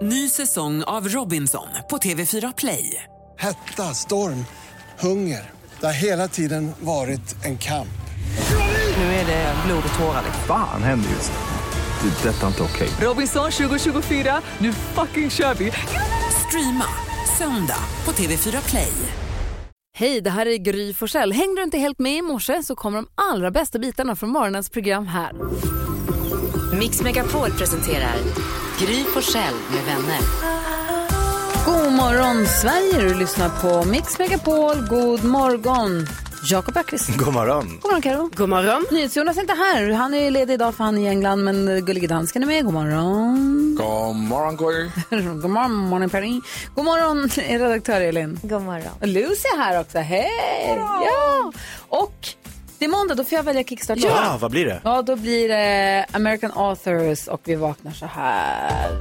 Ny säsong av Robinson på TV4 Play. Hetta, storm, hunger. Det har hela tiden varit en kamp. Nu är det blod och tårar. Fan händer just nu. Det är detta inte okej. Robinson 2024, nu fucking kör vi. Streama söndag på TV4 Play. Hej, det här är Gry Forssell. Hängde du inte helt med i morse så kommer de allra bästa bitarna från morgonens program här. Mix Megapol presenterar Gry Forssell med vänner. God morgon Sverige, du lyssnar på Mix Megapol. God morgon Jakob Öqvist. God morgon. God morgon Karo. God morgon. NyhetsJonas är inte här, han är ledig idag för han är i England. Men gullige dansken är med, god morgon. God morgon, Gry. God morgon Perry. God morgon redaktör Elin. God morgon. Och Lucy är här också, hej. Ja. Och det är måndag, då får jag välja Kickstart. Ja, vad blir det? Ja, då blir det American Authors och vi vaknar så här.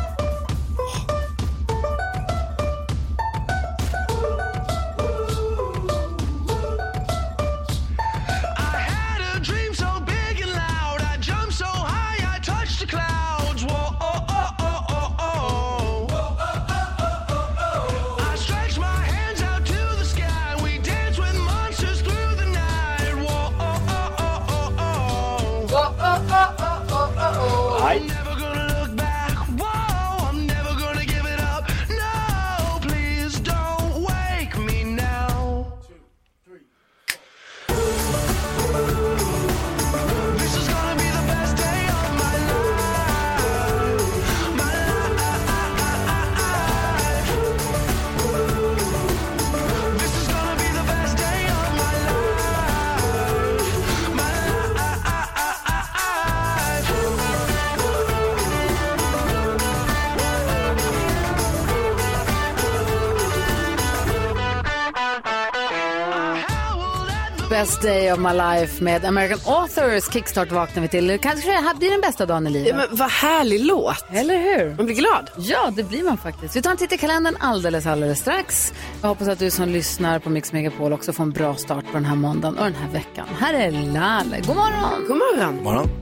Best Day of My Life med American Authors. Kickstart vaknar vi till. Kanske det här blir den bästa dagen i livet. Ja, men vad härlig låt. Eller hur? Man blir glad. Ja, det blir man faktiskt. Vi tar en titt i kalendern alldeles strax. Jag hoppas att du som lyssnar på Mix Megapol också får en bra start på den här måndagen och den här veckan. Här är Lalle. God morgon. God morgon. God morgon.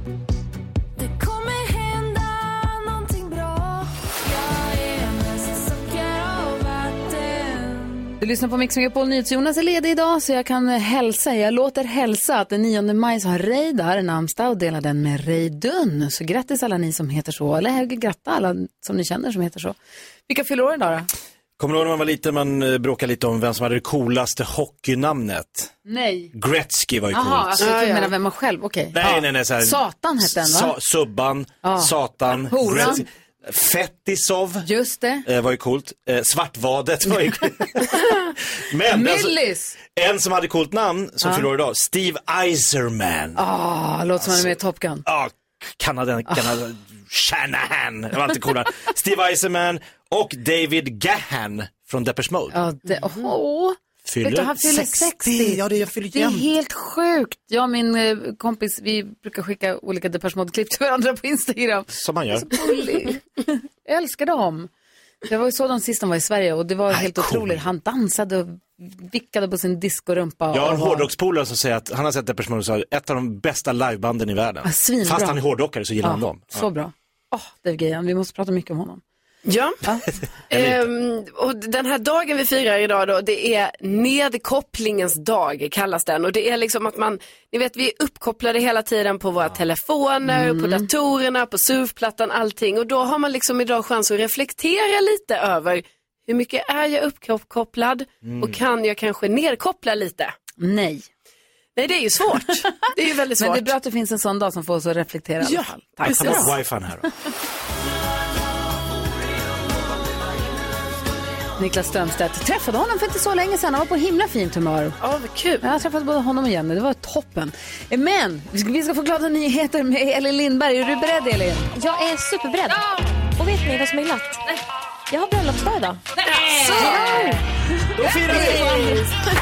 Du lyssnar på Mix Megapol. NyhetsJonas är ledig idag så jag kan hälsa. Jag låter hälsa att den 9 maj så har Reidar en namnsdag och delar den med Reidun. Så grattis alla ni som heter så. Eller gratta alla som ni känner som heter så. Vilka fyller år idag då? Kommer du ihåg när man var liten, man bråkade lite om vem som hade det coolaste hockeynamnet? Nej. Gretzky var ju coolt. Jaha, alltså jag menar vem man själv, okej. Nej. Så här, Satan hette den va? Subban, Satan, Horan. Gretzky. Fetisov. Just det. Var ju coolt. Svartvadet var ju Men Millis. En som hade coolt namn som fyller år idag, Steve Eiserman. Låter som han är med i Top Gun. Kanada Shanahan. Det var inte coolare. Steve Eiserman och David Gahan från Depeche Mode. Vet du, han fyller 60. Ja, jag fyller det är helt sjukt. Jag och min kompis, vi brukar skicka olika Depeche Mode-klipp till varandra på Instagram. Som man gör. Jag älskar dem. Det var ju så de sist de var i Sverige och det var helt otroligt. Han dansade och vickade på sin discorumpa. Jag har en hårdrockspolare som säger att han har sett Depeche Mode och sa ett av de bästa livebanden i världen. Fast han är hårdrockare så gillar han dem. Så bra. Det är grejen. Vi måste prata mycket om honom. Ja, och den här dagen vi firar idag då, det är nedkopplingens dag kallas den. Och det är liksom att man, ni vet vi är uppkopplade hela tiden på våra telefoner, på datorerna, på surfplattan, allting. Och då har man liksom idag chans att reflektera lite över hur mycket är jag uppkopplad och kan jag kanske nedkoppla lite? Nej, det är ju svårt. Det är ju väldigt svårt. Men det är bra att det finns en sån dag som får oss att reflektera i alla fall. Tack. Ta bort wifi här då. Niklas Strömstedt träffade honom för inte så länge sedan. Han var på himla fint humör. Vad kul. Jag har träffat både honom och Jenny. Det var toppen. Men vi ska få glada nyheter med Elin Lindberg. Är du beredd, Elin? Jag är superberedd. Ja. Och vet ni vad som är glatt? Nej. Jag har bröllopsdag idag. Så! Då firar vi!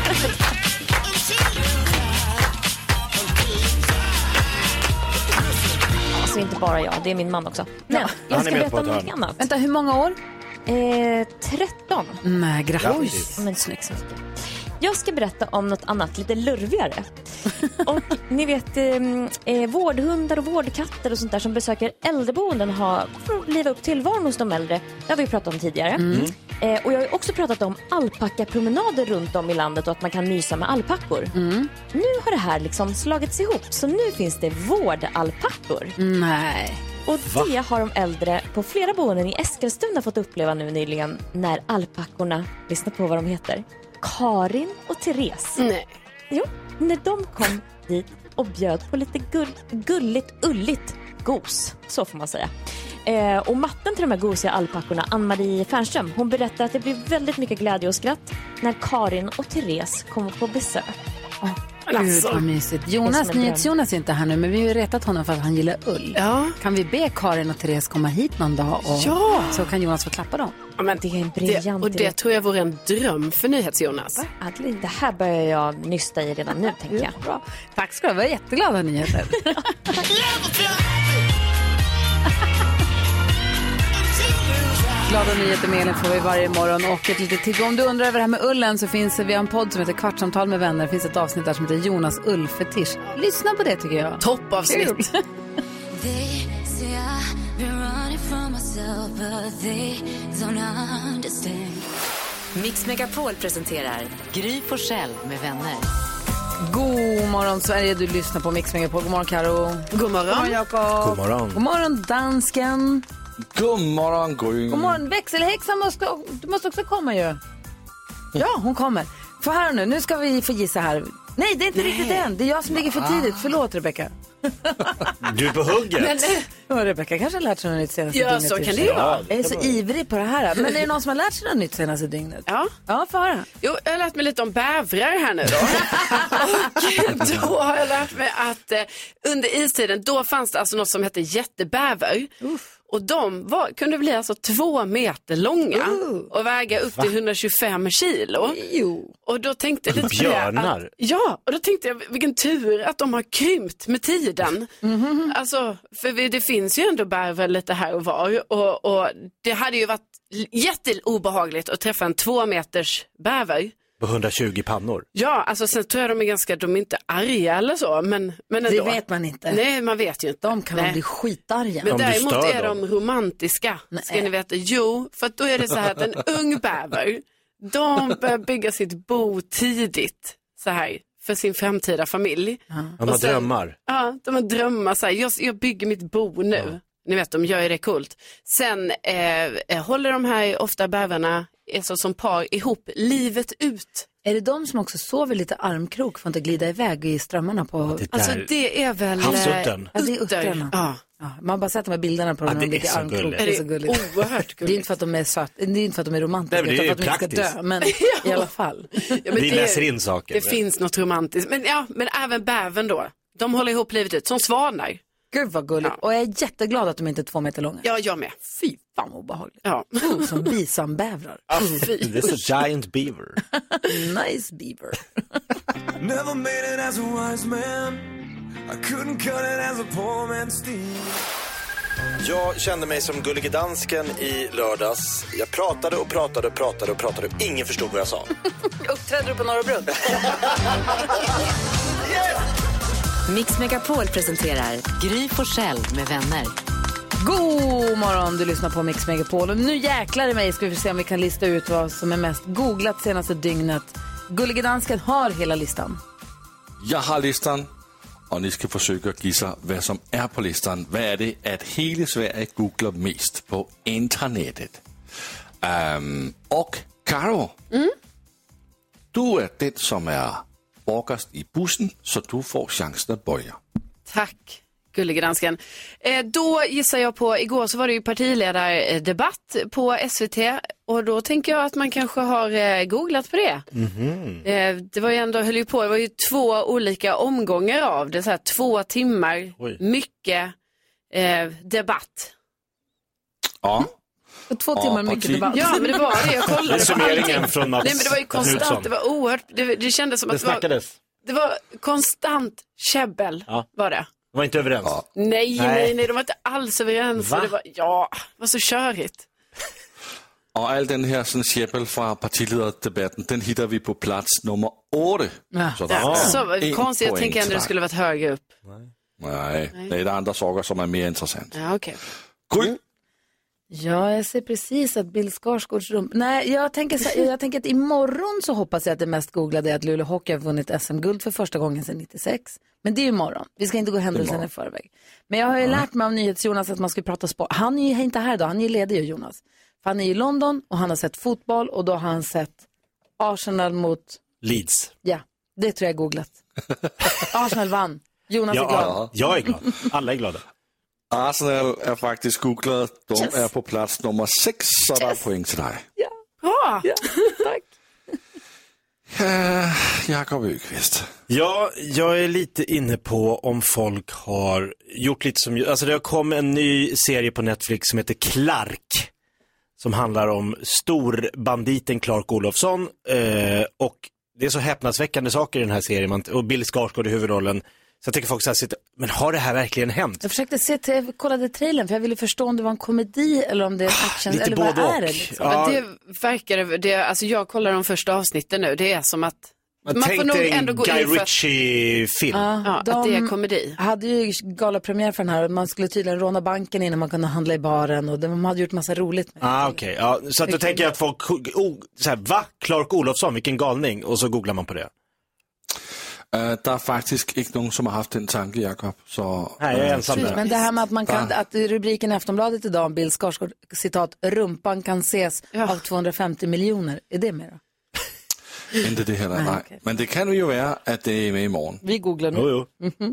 Alltså inte bara jag, det är min man också. Men jag ska berätta om något annat. Vänta, hur många år? 13. Nej, grattis. Men snyggt. Jag ska berätta om något annat lite lurvigare. Och ni vet, vårdhundar och vårdkatter och sånt där som besöker äldreboenden för att liva upp tillvaron hos de äldre. Det har vi pratat om tidigare. Och jag har också pratat om alpackapromenader runt om i landet och att man kan mysa med alpackor. Nu har det här liksom slagits ihop, så nu finns det vårdalpackor. Nej. Och det har de äldre på flera boenden i Eskilstuna fått uppleva nu nyligen när alpackorna, lyssna på vad de heter, Karin och Therese. Nej. Jo, när de kom dit och bjöd på lite ulligt gos, så får man säga. Och matten till de här gosiga alpackorna, Ann-Marie Fernström, hon berättar att det blir väldigt mycket glädje och skratt när Karin och Therese kommer på besök. Gud vad mysigt. Jonas är inte här nu, men vi har ju retat honom för att han gillar ull. Ja. Kan vi be Karin och Therese komma hit någon dag så kan Jonas få klappa dem? Ja, men det är en briljant och det tror jag vore en dröm för NyhetsJonas. Det här börjar jag nysta i redan nu, tänker jag. Bra. Tack ska du vara, jätteglada nyheter. Glada nyheter med Elin får vi varje morgon. Och ett litet tips, om du undrar över det här med ullen, så finns vi har en podd som heter Kvartsamtal med vänner. Det finns ett avsnitt där som heter Jonas ullfetisch. Lyssna på det, tycker jag. Toppavsnitt. Mix Megapol presenterar Gry Forssell med vänner. God morgon Sverige, du lyssnar på Mix Megapol. God morgon Karo. God morgon. God morgon Jakob. God morgon. God morgon dansken. God morgon Gry. God morgon växelhäxan, du måste också komma ju. Ja, hon kommer. För här nu ska vi få gissa här. Nej, det är inte riktigt än. Det är jag som ligger för tidigt. Förlåt Rebecka. Du är på hugget. Rebecka kanske har lärt sig något nytt senaste dygnet. Ja, så kan det ju vara. Jag är så ivrig på det här. Men är det någon som har lärt sig något nytt senaste dygnet? Ja. Ja, för höra. Jo, jag har lärt mig lite om bävrar här nu då. Och då har jag lärt mig att under istiden, då fanns det alltså något som hette jättebäver. Och de kunde bli alltså 2 meter långa och väga upp till 125 kilo. Och då tänkte jag lite björnar. Och då tänkte jag vilken tur att de har krympt med tiden. Alltså, för det finns ju ändå bäver lite här och var. Och det hade ju varit jätteobehagligt att träffa en 2 meters bäver. På 120 pannor. Ja, alltså sen tror jag de är inte arga eller så, men ändå. Det vet man inte. Nej, man vet ju inte. De kan nog bli skitarga. Men däremot är de romantiska. Ska ni veta? Jo, för att då är det så här att en ung bäver, de börjar bygga sitt bo tidigt så här för sin framtida familj. De har drömmar. Ja, de har drömmar så här, jag bygger mitt bo nu. Ja. Ni vet, de gör ju det coolt. Sen håller de här ofta bävarna som par ihop livet ut. Är det de som också sover lite armkrok för att inte glida iväg i strömmarna på... Alltså det är väl... Havsuttern. Ja, det är uttrarna. Ja. Man bara sett de här bilderna på dem när de ligger armkrok. Det är så gulligt. Oerhört gulligt. Det är inte för att de är söt, det är inte för att de är romantiska, utan för att de inte ska dö. Men i alla fall. Ja, men vi läser in saker. Det finns något romantiskt. Men även bäven då. De håller ihop livet ut, som svanar. Gud vad gulligt. Ja. Och jag är jätteglad att de inte är 2 meter långa. Ja, jag med. Fy fan vad obehagligt. Ja. Som bisambävrar. This is a giant beaver. Nice beaver. Never made it as a wise man. I couldn't cut it as a poor man Steve. Jag kände mig som Gullige Dansken i lördags. Jag pratade. Ingen förstod vad jag sa. Uppträdde du på Norra Brunn? Mix Megapol presenterar Gry Forssell med vänner. God morgon, du lyssnar på Mix Megapol. Och nu jäklar i mig ska vi se om vi kan lista ut vad som är mest googlat senaste dygnet. Gullige Dansken har hela listan. Jag har listan och ni ska försöka gissa vad som är på listan. Vad är det att hela Sverige googlar mest på internetet? Och Karo, du är det som är bakast i bussen, så du får chansen att börja. Tack, Gullige Dansken. Då gissar jag på, igår så var det ju partiledardebatt på SVT och då tänker jag att man kanske har googlat på det. Det var ju ändå, det var ju 2 olika omgångar av det, så här 2 timmar, mycket debatt. Ja. 2 timmar mycket debatt. Ja, men det var det. Jag kollade på allting. Från Mats. Nej, men det var ju konstant. Det var oerhört. Det kändes som att det var konstant käbbel. Ja. Var det. De var inte överens. Ja. Nej, de var inte alls överens. Det var så körigt. Och all den här sådan käbbel från partiledardebatten, den hittar vi på plats nummer 8. Så konstigt, jag tänker ändå det skulle varit högre upp. Nej, det är andra saker som är mer intressant. Ja, okej. Gry? Ja, jag ser precis att Bill Skarsgårds rum... Nej, jag tänker att imorgon så hoppas jag att det mest googlade är att Luleå Hockey har vunnit SM-guld för första gången sedan 96. Men det är ju imorgon. Vi ska inte gå händelsen i förväg. Men jag har ju lärt mig av NyhetsJonas att man ska prata sport. Han är ju inte här idag, han är ju ledig, Jonas. För han är i London och han har sett fotboll och då har han sett Arsenal mot... Leeds. Ja, det tror jag googlat. Arsenal vann. Jonas är glad. Jag är glad. Alla är glada. Arsenal är faktiskt googlat. De är på plats nummer 6, så där är poäng till dig. Ja. Bra! Ja, tack. Jakob Öqvist. Ja, jag är lite inne på om folk har gjort lite som... Alltså det har kommit en ny serie på Netflix som heter Clark. Som handlar om storbanditen Clark Olofsson. Och det är så häpnadsväckande saker i den här serien. Och Bill Skarsgård i huvudrollen. Så jag tänker folk så här, men har det här verkligen hänt? Jag försökte kollade trailern för jag ville förstå om det var en komedi eller om det är en action. Lite eller vad både är det? och. Liksom? Ja. Det verkar, alltså jag kollar de första avsnitten nu, det är som att man får nog ändå gå Guy in för Ritchie-film. att det är komedi. Hade ju galapremiär för den här. Man skulle tydligen råna banken innan man kunde handla i baren. Och de hade gjort massa roligt med Okej. Ja, så att du tänker att folk, så här, va? Clark Olofsson, vilken galning. Och så googlar man på det. Det är faktiskt inte någon som har haft den tanken, Jakob. Så, Nej, jag är ensam där. Men det här med att man kan, att rubriken i Aftonbladet idag, Bill Skarsgård, citat, rumpan kan ses av 250 miljoner. Är det med då? Inte det heller, nej. Okay. Men det kan ju vara att det är med imorgon. Vi googlar nu. Jo.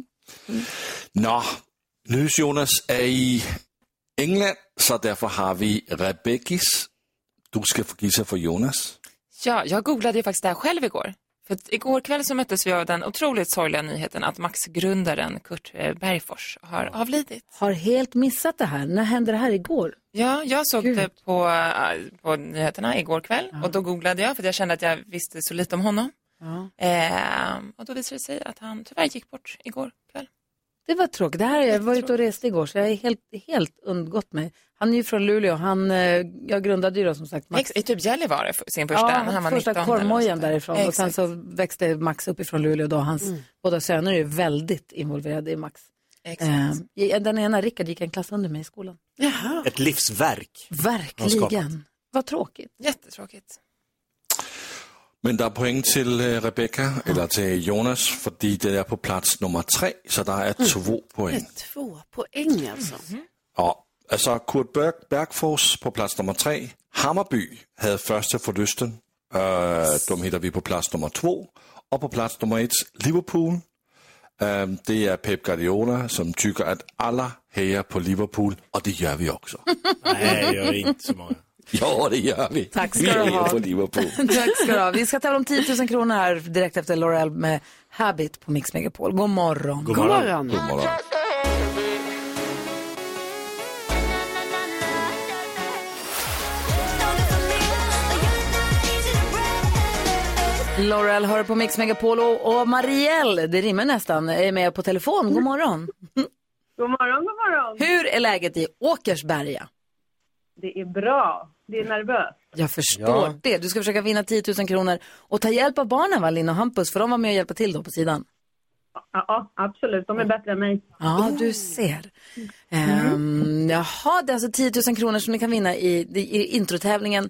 Nå, NyhetsJonas är i England, så därför har vi Rebeckis. Du ska få gissa för Jonas. Ja, jag googlade ju faktiskt det här själv igår. För igår kväll så möttes vi av den otroligt sorgliga nyheten att Max-grundaren Kurt Bergfors har avlidit. Har helt missat det här. När hände det här igår? Ja, jag såg det på nyheterna igår kväll. Och då googlade jag för jag kände att jag visste så lite om honom. Och då visade det sig att han tyvärr gick bort igår kväll. Det var tråkigt. Det här jag var ute och reste igår så jag är helt undgått mig. Han är ju från Luleå. Jag grundade ju då som sagt Max. I typ Gällivare sin första. Han var första kormojen därifrån. Exakt. Och sen så växte Max upp ifrån Luleå då. Hans båda söner är ju väldigt involverade i Max. Den ena, Rickard, gick en klass under mig i skolan. Jaha. Ett livsverk. Verkligen. Vad tråkigt. Jättetråkigt. Men det är poäng till Rebecca, eller till Jonas, för det är på plats nummer 3, så det är 2 poäng. 2 poäng alltså. Ja, alltså Kurt Bergfors på plats nummer 3. Hammarby hade första förlusten. De hittar vi på plats nummer 2. Och på plats nummer 1, Liverpool. Det är Pep Guardiola som tycker att alla hejar på Liverpool, och det gör vi också. Nej, jag gör inte så många. Ja, det gör vi. Tack ska du ha. På Liverpool. Tack ska du ha. Vi ska tävla om 10 000 kronor här direkt efter L'Oreal med Habit på Mix Megapol. God morgon. God morgon. God morgon. L'Oreal hör på Mix Megapol och Marielle, det rimmar nästan, är med på telefon. God morgon. God morgon, god morgon. Hur är läget i Åkersberga? Det är bra. Det är nervöst. Jag förstår det. Du ska försöka vinna 10 000 kronor och ta hjälp av barnen, va, Lina och Hampus, för de var med och hjälpa till då på sidan. Ja, absolut. De är bättre än mig. Ja, du ser. Jaha, det är alltså 10 000 kronor som ni kan vinna i introtävlingen.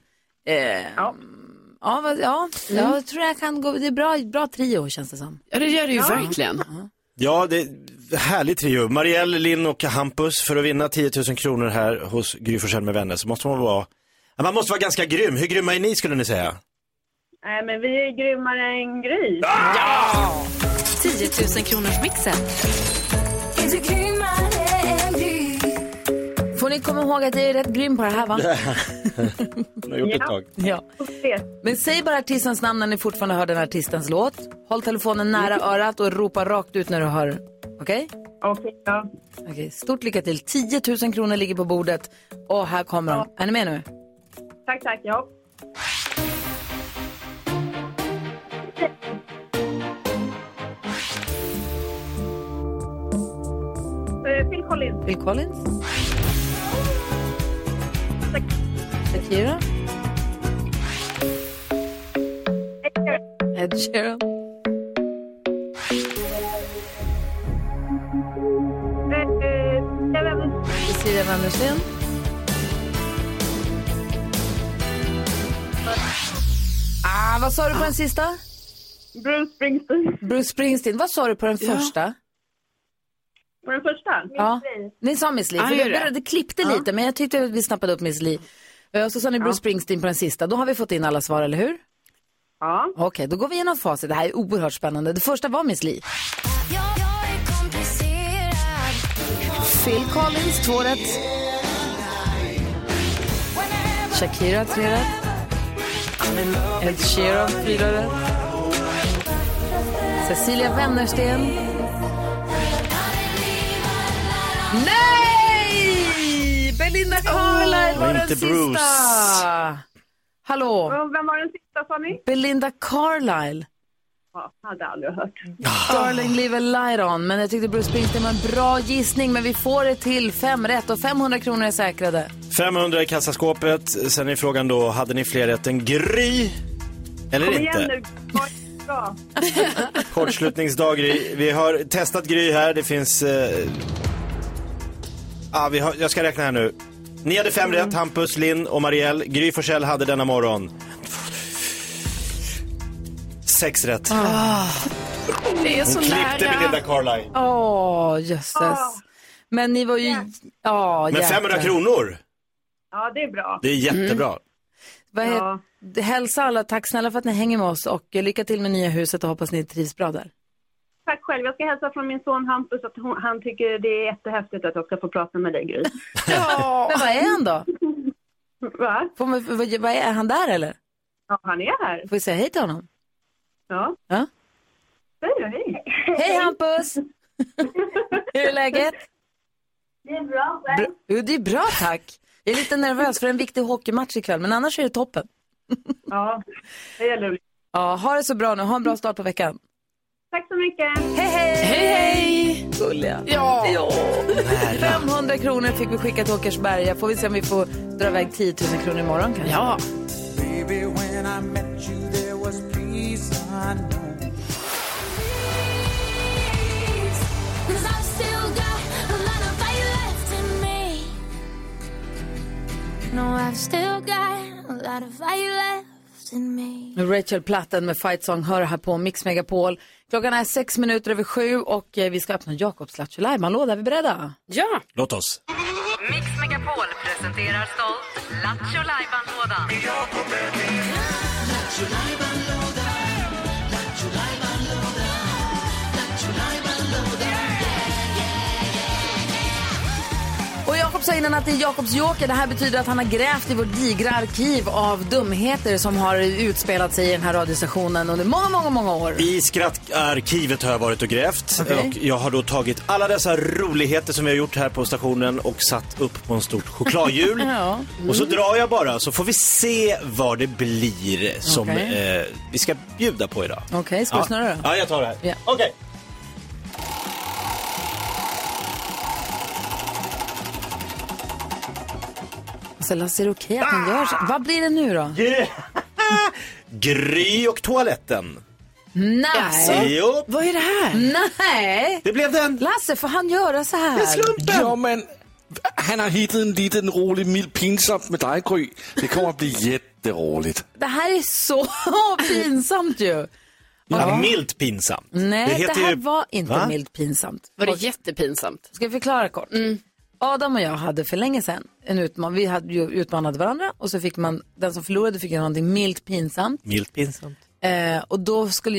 Jag tror jag kan gå. Det är bra trio, känns det som. Ja, det gör det ju verkligen. Ja, det är härligt trio. Marielle, Linn och Hampus, för att vinna 10 000 kronor här hos Gry Forssell med vänner så måste man vara ganska grym. Hur grymma är ni, skulle ni säga? Nej, men vi är grymmare än Gry. Ja! 10 000 kronors mixen. Får ni komma ihåg att jag är rätt grym på det här, va? Jag har gjort ett tag. Ja. Men säg bara artistens namn när ni fortfarande hör den här artistens låt. Håll telefonen nära örat och ropa rakt ut när du hör. Okej? Okej, stort lycka till. 10 000 kronor ligger på bordet. Och här kommer de. Är ni med nu? Tack, ja. Phil Collins. Phil Collins. Shakira. Ed Sheeran. Cecilia Wennersten. Vad sa du på den sista? Bruce Springsteen. Bruce Springsteen. Vad sa du på den första? På den första? Ja, ni sa Miss Li. Det klippte lite, men jag tyckte att vi snappade upp Miss Li. Och så sa ni Bruce Springsteen på den sista. Då har vi fått in alla svar, eller hur? Ja. Okej, då går vi igenom facit. Det här är oerhört spännande. Det första var Miss Li. Phil Collins, 2 rätt. Shakira, 3 rätt. Ed Sheeran, 4 rätt. Cecilia Wennersten. Nej! Belinda Carlisle var den sista. Bruce. Hallå? Vem var den sista, sa ni? Belinda Carlisle. Ja, hade aldrig hört. Darling, leave a light on. Men jag tyckte Bruce Springsteen var en bra gissning. Men vi får det till 5 rätt och 500 kronor är säkrade. 500 i kassaskåpet. Sen är frågan då, hade ni fler rätt än Gry? Eller Kom inte? igen nu. Bra. Kortslutningsdag, Gry. Vi har testat Gry här. Det finns... jag ska räkna här nu. Ni hade 5 rätt, Hampus, Linn och Marielle. Gry Forssell hade denna morgon 6 rätt. Det är så Hon klippte Belinda Carlisle. Jösses. Men ni var ju... Men 500 kronor. Ja, det är bra. Det är jättebra. Hälsa alla, tack snälla för att ni hänger med oss. Och lycka till med nya huset och hoppas ni trivs bra där. Tack själv. Jag ska hälsa från min son Hampus att han tycker det är jättehäftigt att jag ska få prata med dig, Gry. Men vad är han då? Va? Vad är han där eller? Ja, han är här. Får vi säga hej till honom? Ja. Säg hej. Hej Hampus! Hur är läget? Det är bra. Det är bra, tack. Jag är lite nervös för en viktig hockeymatch ikväll, men annars är det toppen. Ja, det är lugnt. Ja, ha det så bra nu. Ha en bra start på veckan. Tack så mycket. Hej, hej! Hej, hej! Gulliga. Ja. 500 kronor fick vi skicka till Åkersberga. Får vi se om vi får dra iväg 10 000 kronor imorgon kanske. Ja. Baby, when I met you there was peace unknown. No, I've still got a lot of fire left in me. Rachel Platten med Fight Song hör här på Mix Megapol. Klockan är 6:06 och vi ska öppna Jakobs Lattjo Lajban-låda. Är vi beredda? Ja. Låt oss. Mix Megapol presenterar stolt Lattjo Lajban-lådan. Och Jakob sa innan att det är Jakobs joker. Det här betyder att han har grävt i vårt digra arkiv av dumheter som har utspelat sig i den här radiostationen under många år. I skrattarkivet har jag varit och grävt. Okay. Och jag har då tagit alla dessa roligheter som vi har gjort här på stationen och satt upp på en stort chokladhjul. Och så drar jag bara, så får vi se vad det blir som vi ska bjuda på idag. Okej, ska du snurra då? Ja, jag tar det här. Ja. Okej. Så Lasse, är det okej att han gör så? Vad blir det nu då? Yeah. Gry och toaletten. Nej. Jo. Vad är det här? Nej. Det blev den. Lasse, får han göra så här? Det är slumpen. Ja, men han har hittat en liten rolig mild pinsamt med dig, Gry. Det kommer att bli jätteroligt. Det här är så pinsamt ju. Ja. Milt pinsamt. Nej, det här var inte milt pinsamt. Var det jättepinsamt? Ska jag förklara kort? Adam och jag hade för länge sedan en utmaning. Vi hade ju utmanat varandra och så fick man, den som förlorade fick någonting milt pinsamt. Milt pinsamt. Och då skulle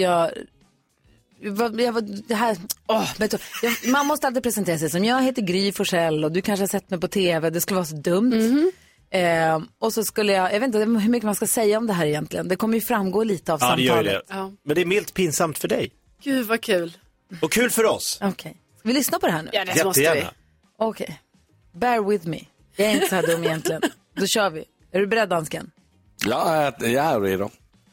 man måste alltid presentera sig som jag heter Gry Forssell och du kanske har sett mig på tv. Det skulle vara så dumt. Och så skulle jag vet inte hur mycket man ska säga om det här egentligen. Det kommer ju framgå lite av samtalet. Det gör det. Ja. Men det är milt pinsamt för dig. Gud vad kul. Och kul för oss. Okej. Ska vi lyssna på det här nu? Ja, det måste vi. Okej. Bear with me. Jag är inte så här dum egentligen. Då kör vi. Är du beredd, dansken? Jag är redo.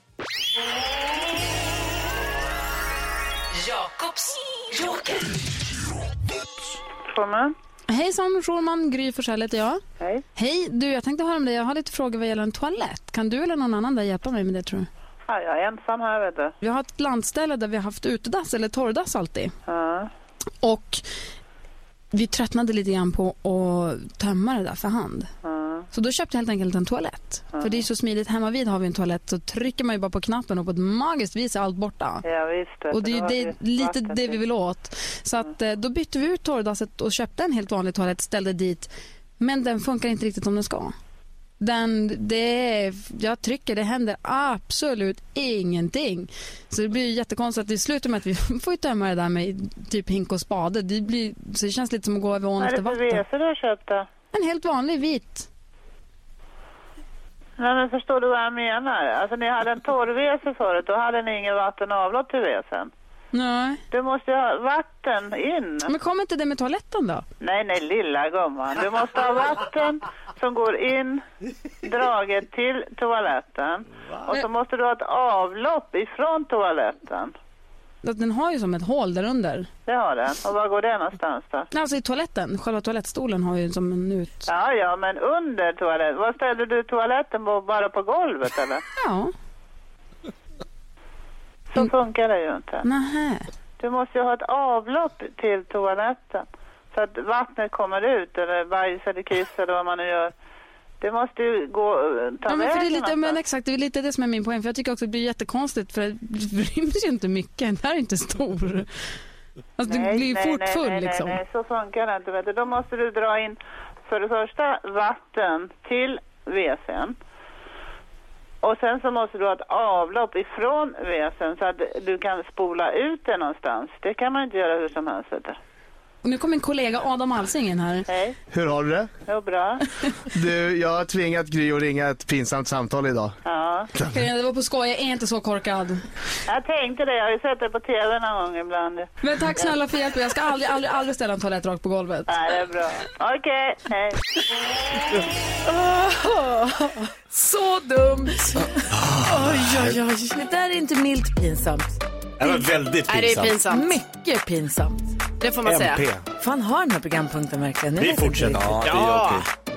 Jakobs joker. Schulman. Hejsan, Schulman. Gry Forssell heter jag. Hej. Hej, du, jag tänkte höra om dig. Jag har lite frågor vad gäller en toalett. Kan du eller någon annan där hjälpa mig med det, tror du? Ja, jag är ensam här, vet du. Vi har ett landställe där vi har haft utedass eller torrdass alltid. Ja. Och vi tröttnade lite grann på att tömma det där för hand. Så då köpte jag helt enkelt en toalett. För det är så smidigt. Hemma vid har vi en toalett, så trycker man ju bara på knappen och på ett magiskt vis är allt borta. Ja, visst. Och det är lite det vi vill åt. Så att då bytte vi ut torrdasset och köpte en helt vanlig toalett, ställde dit. Men den funkar inte riktigt som den ska. Jag trycker, det händer absolut ingenting. Så det blir ju jättekonstigt att det slutar med att vi får tömma det där med typ hink och spade. Så det känns lite som att gå över ån efter vatten. Vad är det för WC du har köpt då? En helt vanlig vit. Nej, men förstår du vad jag menar? Alltså ni hade en torr-WC förut, då hade ni ingen vatten och avlopp till WC:n. Nej. Du måste ha vatten in. Men kommer inte det med toaletten då? Nej, lilla gumman. Du måste ha vatten som går in, draget till toaletten. Och så måste du ha ett avlopp ifrån toaletten. Den har ju som ett hål där under. Det har den. Och var går den någonstans då? Alltså i toaletten. Själva toalettstolen har ju som en ut... Ja, men under toaletten. Vad ställer du toaletten på? Bara på golvet eller? Ja. Så funkar det ju inte. Nähä. Du måste ju ha ett avlopp till toaletten. Så att vattnet kommer ut, eller bajs eller kiss eller vad man nu gör. Det måste ju ta men för det är vägen. men exakt, det är lite det som är min poäng. För jag tycker också att det blir jättekonstigt, för det ryms ju inte mycket. Den här är inte stor. Alltså det blir fort full liksom. Nej, så funkar det inte. Vet du. Då måste du dra in för det första vatten till WC:n. Och sen så måste du ha ett avlopp ifrån WC:n så att du kan spola ut det någonstans. Det kan man inte göra hur som helst. Vet du. Och nu kommer min kollega Adam Alsingen här. Hej. Hur har du det? Jo, bra. Du, jag har tvingat Gry att ringa ett pinsamt samtal idag. Ja. Det var på skoj, jag är inte så korkad. Jag tänkte det, jag har ju sett det på tv någon gång ibland. Men tack snälla för hjälp, jag ska aldrig ställa en toalett rakt på golvet. Nej, det är bra. Okej, hej. Så dumt. Oj. Det där är inte milt pinsamt. Det var väldigt pinsamt. Nej, det är pinsamt. Mycket pinsamt. Det får man säga. Fan, har den här programpunkten verkligen? Vi fortsätter. Ja.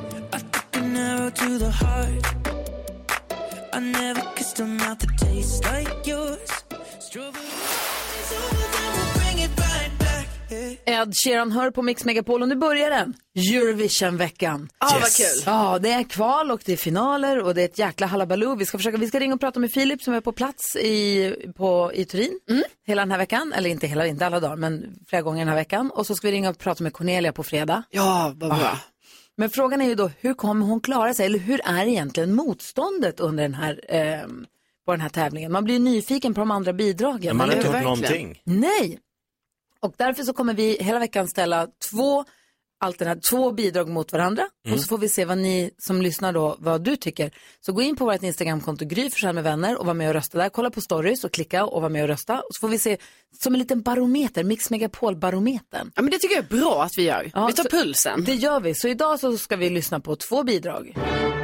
Ed Sheeran hör på Mix Megapol och nu börjar den. Eurovision-veckan. Vad kul. Ja, det är kval och det är finaler och det är ett jäkla halabaloo. Vi ska ringa och prata med Filip som är på plats i Turin hela den här veckan. Eller inte alla dagar, men flera gånger den här veckan. Och så ska vi ringa och prata med Cornelia på fredag. Ja, vad bra. Men frågan är ju då, hur kommer hon klara sig? Eller hur är egentligen motståndet under den här, på den här tävlingen? Man blir nyfiken på de andra bidragen. Men man har inte hört någonting. Nej. Och därför så kommer vi hela veckan ställa två bidrag mot varandra. Och så får vi se vad ni som lyssnar då, vad du tycker. Så gå in på vårt Instagramkonto Gry Forssell med vänner och var med och rösta där. Kolla på stories och klicka och var med och rösta. Och så får vi se som en liten barometer, Mix Megapol-barometern. Ja, men det tycker jag är bra att vi gör. Ja, vi tar pulsen. Det gör vi. Så idag så ska vi lyssna på 2 bidrag.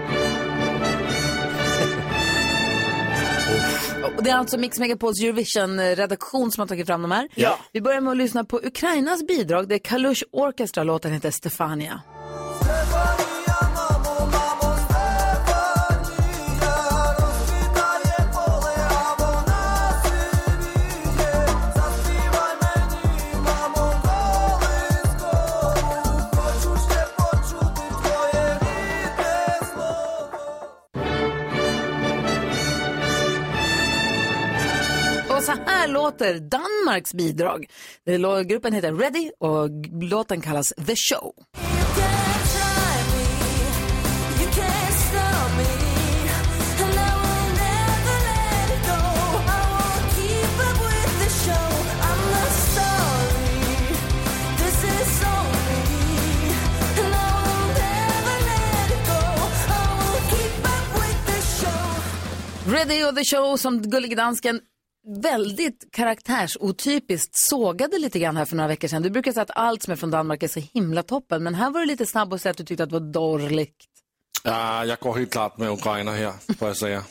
Och det är alltså Mix Megapols Eurovision-redaktion som har tagit fram de här. Ja. Vi börjar med att lyssna på Ukrainas bidrag. Det är Kalush Orchestra, låten heter Stefania. Så här låter Danmarks bidrag. Gruppen heter Ready och låten kallas The Show. Ready och The Show som Gullige Dansken väldigt karaktärsotypiskt sågade lite grann här för några veckor sedan. Du brukar säga att allt som är från Danmark är så himla toppen, men här var du lite snabb och säga att du tyckte att det var dåligt. Ja, jag går helt klart med Ukraina här, får jag säga.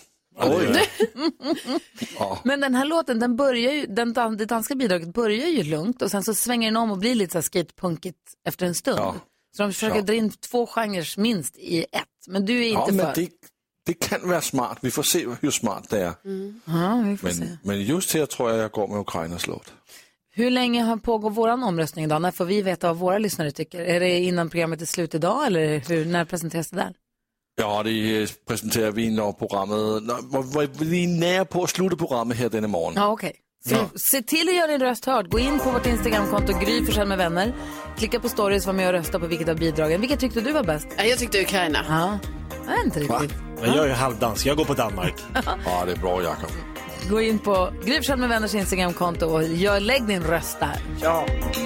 Men den här låten, den börjar ju, det danska bidraget börjar ju lugnt och sen så svänger den om och blir lite så här skatepunkigt efter en stund. Så de försöker dra in 2 genrer minst i ett. Men du är inte för... Det kan vara smart. Vi får se hur smart det är. Ja, vi får se. Men just här tror jag går med Ukrainas låt. Hur länge pågår våran omröstning idag? När får vi veta vad våra lyssnare tycker? Är det innan programmet är slut idag eller när presenteras det där? Ja, det presenterar vi när programmet... Vi är nära på att sluta programmet här denna morgon. Ja, okej. Så se till att göra din röst hörd. Gå in på vårt Instagramkonto Gry Forssell med vänner. Klicka på stories, var med och rösta på vilket av bidragen. Vilket tyckte du var bäst? Jag tyckte Ukraina. Ja, jag är inte riktigt. Jag är halvdansk, jag går på Danmark. Ja, det är bra, Jakob. Gå in på Gry Forssell med vänners Instagramkonto och lägg din röst där. Ja.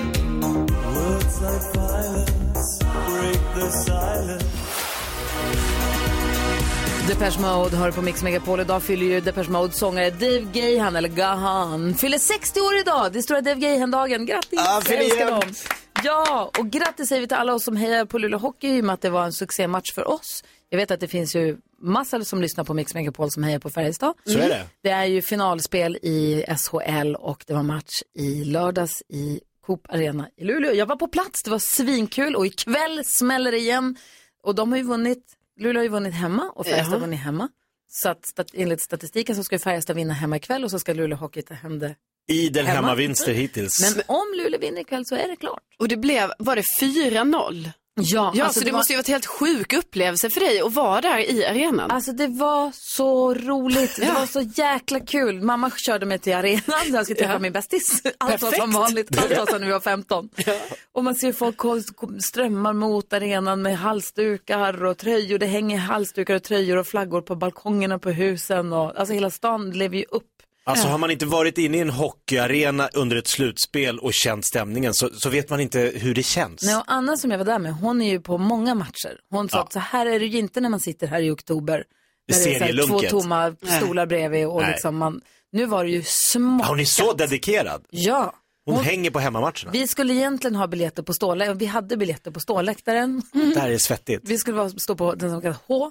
Depeche Mode har på Mix Megapol. Idag fyller ju Depeche Mode sångare Dave Gahan, eller Gahan, fyller 60 år idag. Det är stora Dave Gahan-dagen. Grattis! Jag älskar dem. Ja, och grattis säger vi till alla oss som hejar på Luleå Hockey i och med att det var en succématch för oss. Jag vet att det finns ju massor som lyssnar på Mix Megapol som hejar på Färjestad. Så är det. Det är ju finalspel i SHL och det var match i lördags i Coop Arena i Luleå. Jag var på plats, det var svinkul och ikväll smäller det igen. Och de har ju vunnit, Luleå har ju vunnit hemma och Färjestad har vunnit hemma. Så att enligt statistiken så ska Färjestad vinna hemma ikväll och så ska Luleå Hockey ta hem det i den hemmavinster hittills. Men om Luleå vinner ikväll så är det klart. Och det var det 4-0? Ja, alltså så det måste ju vara ett helt sjuk upplevelse för dig att vara där i arenan. Alltså det var så roligt, det var så jäkla kul. Mamma körde mig till arenan, jag skulle träffa min bästis. Allt var som vanligt, allt var som när vi var 15. Och man ser folk strömmar mot arenan med halsdukar och tröjor. Det hänger halsdukar och tröjor och flaggor på balkongerna på husen. Och, alltså hela stan lever ju upp. Alltså har man inte varit inne i en hockeyarena under ett slutspel och känt stämningen så vet man inte hur det känns. Nej, och Anna som jag var där med, hon är ju på många matcher. Hon sa att så här är det ju inte när man sitter här i oktober. Där det är 2 tomma stolar bredvid och liksom nu var det ju smått. Hon är så dedikerad. Ja. Hon hänger på hemmamatcherna. Vi skulle egentligen ha biljetter på ståläktaren. Vi hade biljetter på ståläktaren. Det här är svettigt. Vi skulle stå på den som kallas H.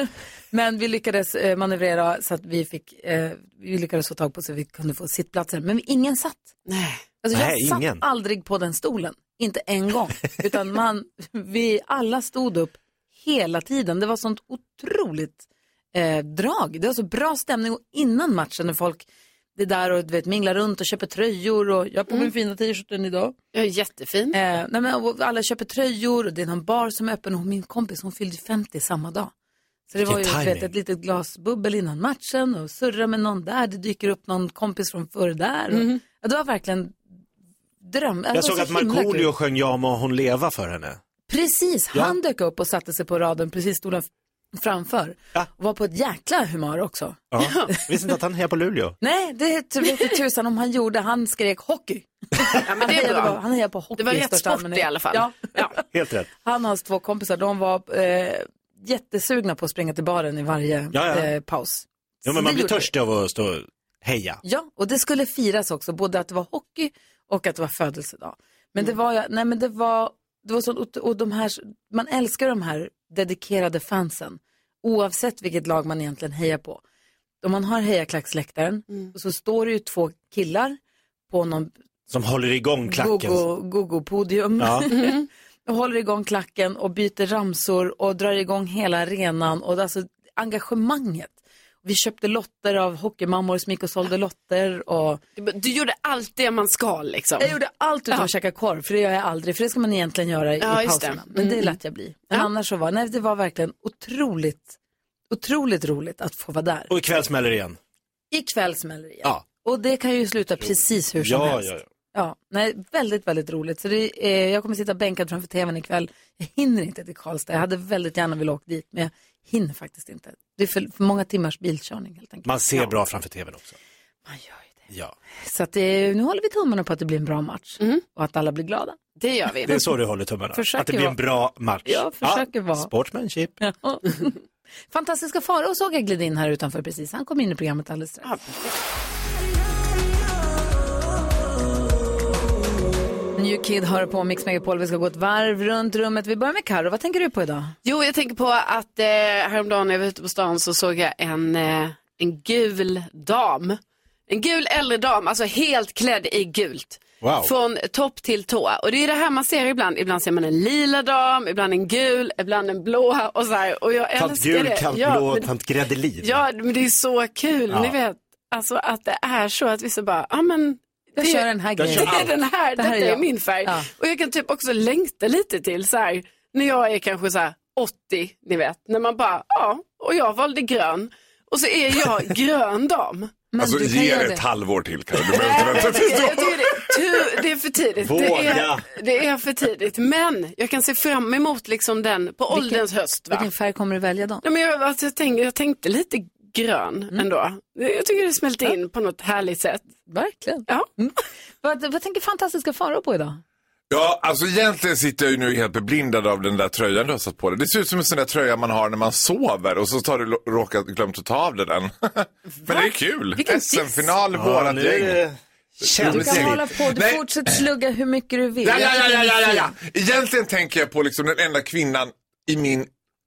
Men vi lyckades manövrera så att vi lyckades få tag på så att vi kunde få sittplatser. Men ingen satt. Nej. Alltså jag satt aldrig på den stolen. Inte en gång. Utan vi alla stod upp hela tiden. Det var sånt otroligt drag. Det var så bra stämning. Och innan matchen när folk det där och minglar runt och köper tröjor. Och jag på min fina t-shirten idag. Ja, jättefin. Alla köper tröjor och det är någon bar som är öppen. Och min kompis, hon fyllde 50 samma dag. Så det var ju ett litet glas bubbel innan matchen och surra med någon där. Det dyker upp någon kompis från förr där. Och, det var verkligen dröm. Jag såg att Markoolio sjöng Ja må hon leva för henne. Precis, han dök upp och satte sig på raden precis stolen framför. Och var på ett jäkla humör också. Ja, visste inte att han hejar på Luleå. Nej, det vet inte tusan om han gjorde. Han skrek hockey. Ja, men det är bra. Han hejar på hockey. Det var rätt sport i alla fall. Ja. Helt rätt. Han och hans 2 kompisar, de var jättesugna på att springa till baren i varje paus. Ja, men man blir törstig av att stå och heja. Ja, och det skulle firas också, både att det var hockey och att det var födelsedag. Men det var så, och de här, man älskar de här dedikerade fansen, oavsett vilket lag man egentligen hejar på. Om man har hejaklacksläktaren och så står det ju 2 killar på någon som håller igång klacken. Gogo-podium. Ja. Och håller igång klacken och byter ramsor och drar igång hela arenan. Och alltså engagemanget. Vi köpte lotter av hockeymammor som gick och sålde lotter. Och du gjorde allt det man ska liksom. Jag gjorde allt utan att käka korv. För det gör jag aldrig. För det ska man egentligen göra i pauserna. Men det lät jag bli. Men annars så det var verkligen otroligt roligt att få vara där. Och ikväll smäller det igen. Ikväll smäller det igen. Ja. Och det kan ju sluta precis hur som helst. Ja, nej, väldigt, väldigt roligt. Så jag kommer sitta bänkad framför tvn ikväll. Jag hinner inte till Karlstad. Jag hade väldigt gärna velat åka dit, men jag hinner faktiskt inte. Det är för många timmars bilkörning helt enkelt. Man ser bra framför tvn också. Man gör ju det. Ja. Så att nu håller vi tummarna på att det blir en bra match. Och att alla blir glada. Det gör vi. Det är så du håller tummarna. Att det blir en bra match. Ja, försöker vara. Sportsmanship. Ja. Fantastiska Farao såg jag glida in här utanför precis. Han kom in i programmet alldeles strax. New Kid hör på Mix Megapol. Vi ska gå ett varv runt rummet. Vi börjar med Karo. Vad tänker du på idag? Jo, jag tänker på att häromdagen när jag var ute på stan så såg jag en gul dam En gul äldre dam, alltså helt klädd i gult. Wow. Från topp till tå. Och det är det här man ser ibland. Ibland ser man en lila dam, ibland en gul, ibland en blå. Och så här. Och jag tant älskar gul, det. tant Ja, blå, men, tant gräddelin. ja, men det är så kul. Ja. Ni vet, alltså att det är så att vissa bara, ja men Jag kör den här grejen. Det är den här, Det här detta är är jag. min färg. Ja. Och jag kan typ också längta lite till så här, när jag är kanske så här 80, ni vet. När man bara, ja, och jag valde grön. Och så är jag grön dam. Men Alltså du kan ge göra ett det. halvår till, Karin. Du behöver inte vänta tills Jag tycker det är för tidigt. Våga. Det är för tidigt. Men jag kan se fram emot liksom den på ålderns höst. Va? Vilken färg kommer du välja då? Ja, men jag tänkte lite grön ändå. Jag tycker det smälter in på något härligt sätt. Verkligen. Ja. Vad tänker fantastiska Farao på idag? Ja, alltså egentligen sitter jag ju nu helt beblindad av den där tröjan du har satt på dig. Det ser ut som en sån där tröja man har när man sover och så tar du glömt att ta av dig den. Men det är kul. SM-final, vårat gäng. Du kan hålla på, du fortsätter slugga hur mycket du vill. Ja. Egentligen tänker jag på liksom den enda kvinnan i min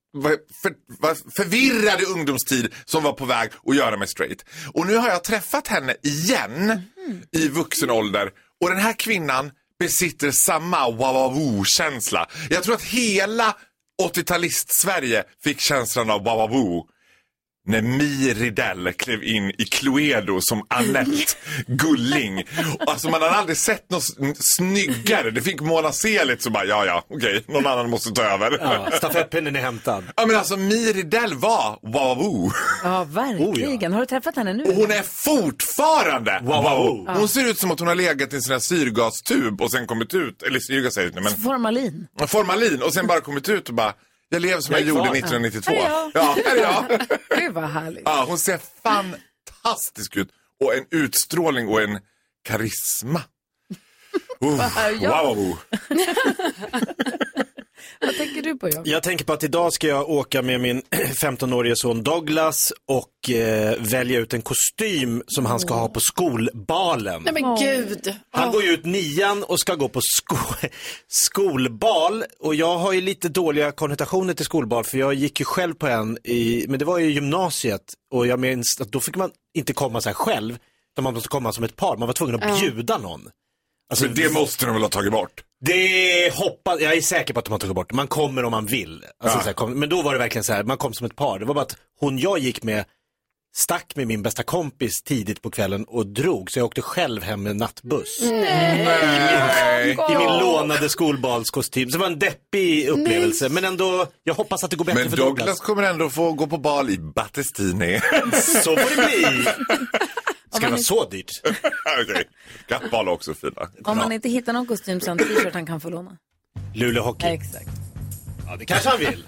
förvirrade ungdomstid som var på väg att göra mig straight. Och nu har jag träffat henne igen i vuxen ålder. Och den här kvinnan besitter samma wawawoo-känsla. Jag tror att hela 80-talist-Sverige fick känslan av wawawoo när Mi Ridell klev in i Cluedo som Annette Gulling. Alltså man har aldrig sett något snyggare. Det fick Mona Selit så bara, okej, någon annan måste ta över. Ja, stafettpinnen är hämtad. Ja, men alltså Mi Ridell var wawawoo. Ja, verkligen. Har du träffat henne nu? Och hon är fortfarande wawawoo. Ja. Hon ser ut som att hon har legat i en sån här syrgastub och sen kommit ut, eller syrgas säger jag inte, men formalin och sen bara kommit ut och bara, jag lever som jag gjorde 1992. Ja, här är jag. Gud vad härligt. Ja, hon ser fantastisk ut. Och en utstrålning och en karisma. Wow. Vad tänker du på, Jakob? Jag tänker på att idag ska jag åka med min 15-årige son Douglas och välja ut en kostym som han ska ha på skolbalen. Nej men gud. Han går ju ut 9 och ska gå på skolbal. Och jag har ju lite dåliga konnotationer till skolbal, för jag gick ju själv på en men det var ju gymnasiet. Och jag minns att då fick man inte komma så här själv, utan man måste komma som ett par. Man var tvungen att bjuda någon. Alltså, men det måste de väl ha tagit bort? Jag är säker på att de har tagit bort. Man kommer om man vill. Alltså, så här, men då var det verkligen så här, man kom som ett par. Det var bara att jag gick med stack med min bästa kompis tidigt på kvällen och drog. Så jag åkte själv hem med nattbuss. Nej. I min lånade skolbalskostym. Så det var en deppig upplevelse. Nej. Men ändå, jag hoppas att det går bättre för Douglas. Men Douglas kommer ändå få gå på bal i Battistini. Så får det bli. Ska det vara så dyrt? Okej, gattbal är också fina. Om man inte hittar någon kostym så en t-shirt han kan få låna. Luleå Hockey. Ja, exakt. Ja, det kanske han vill.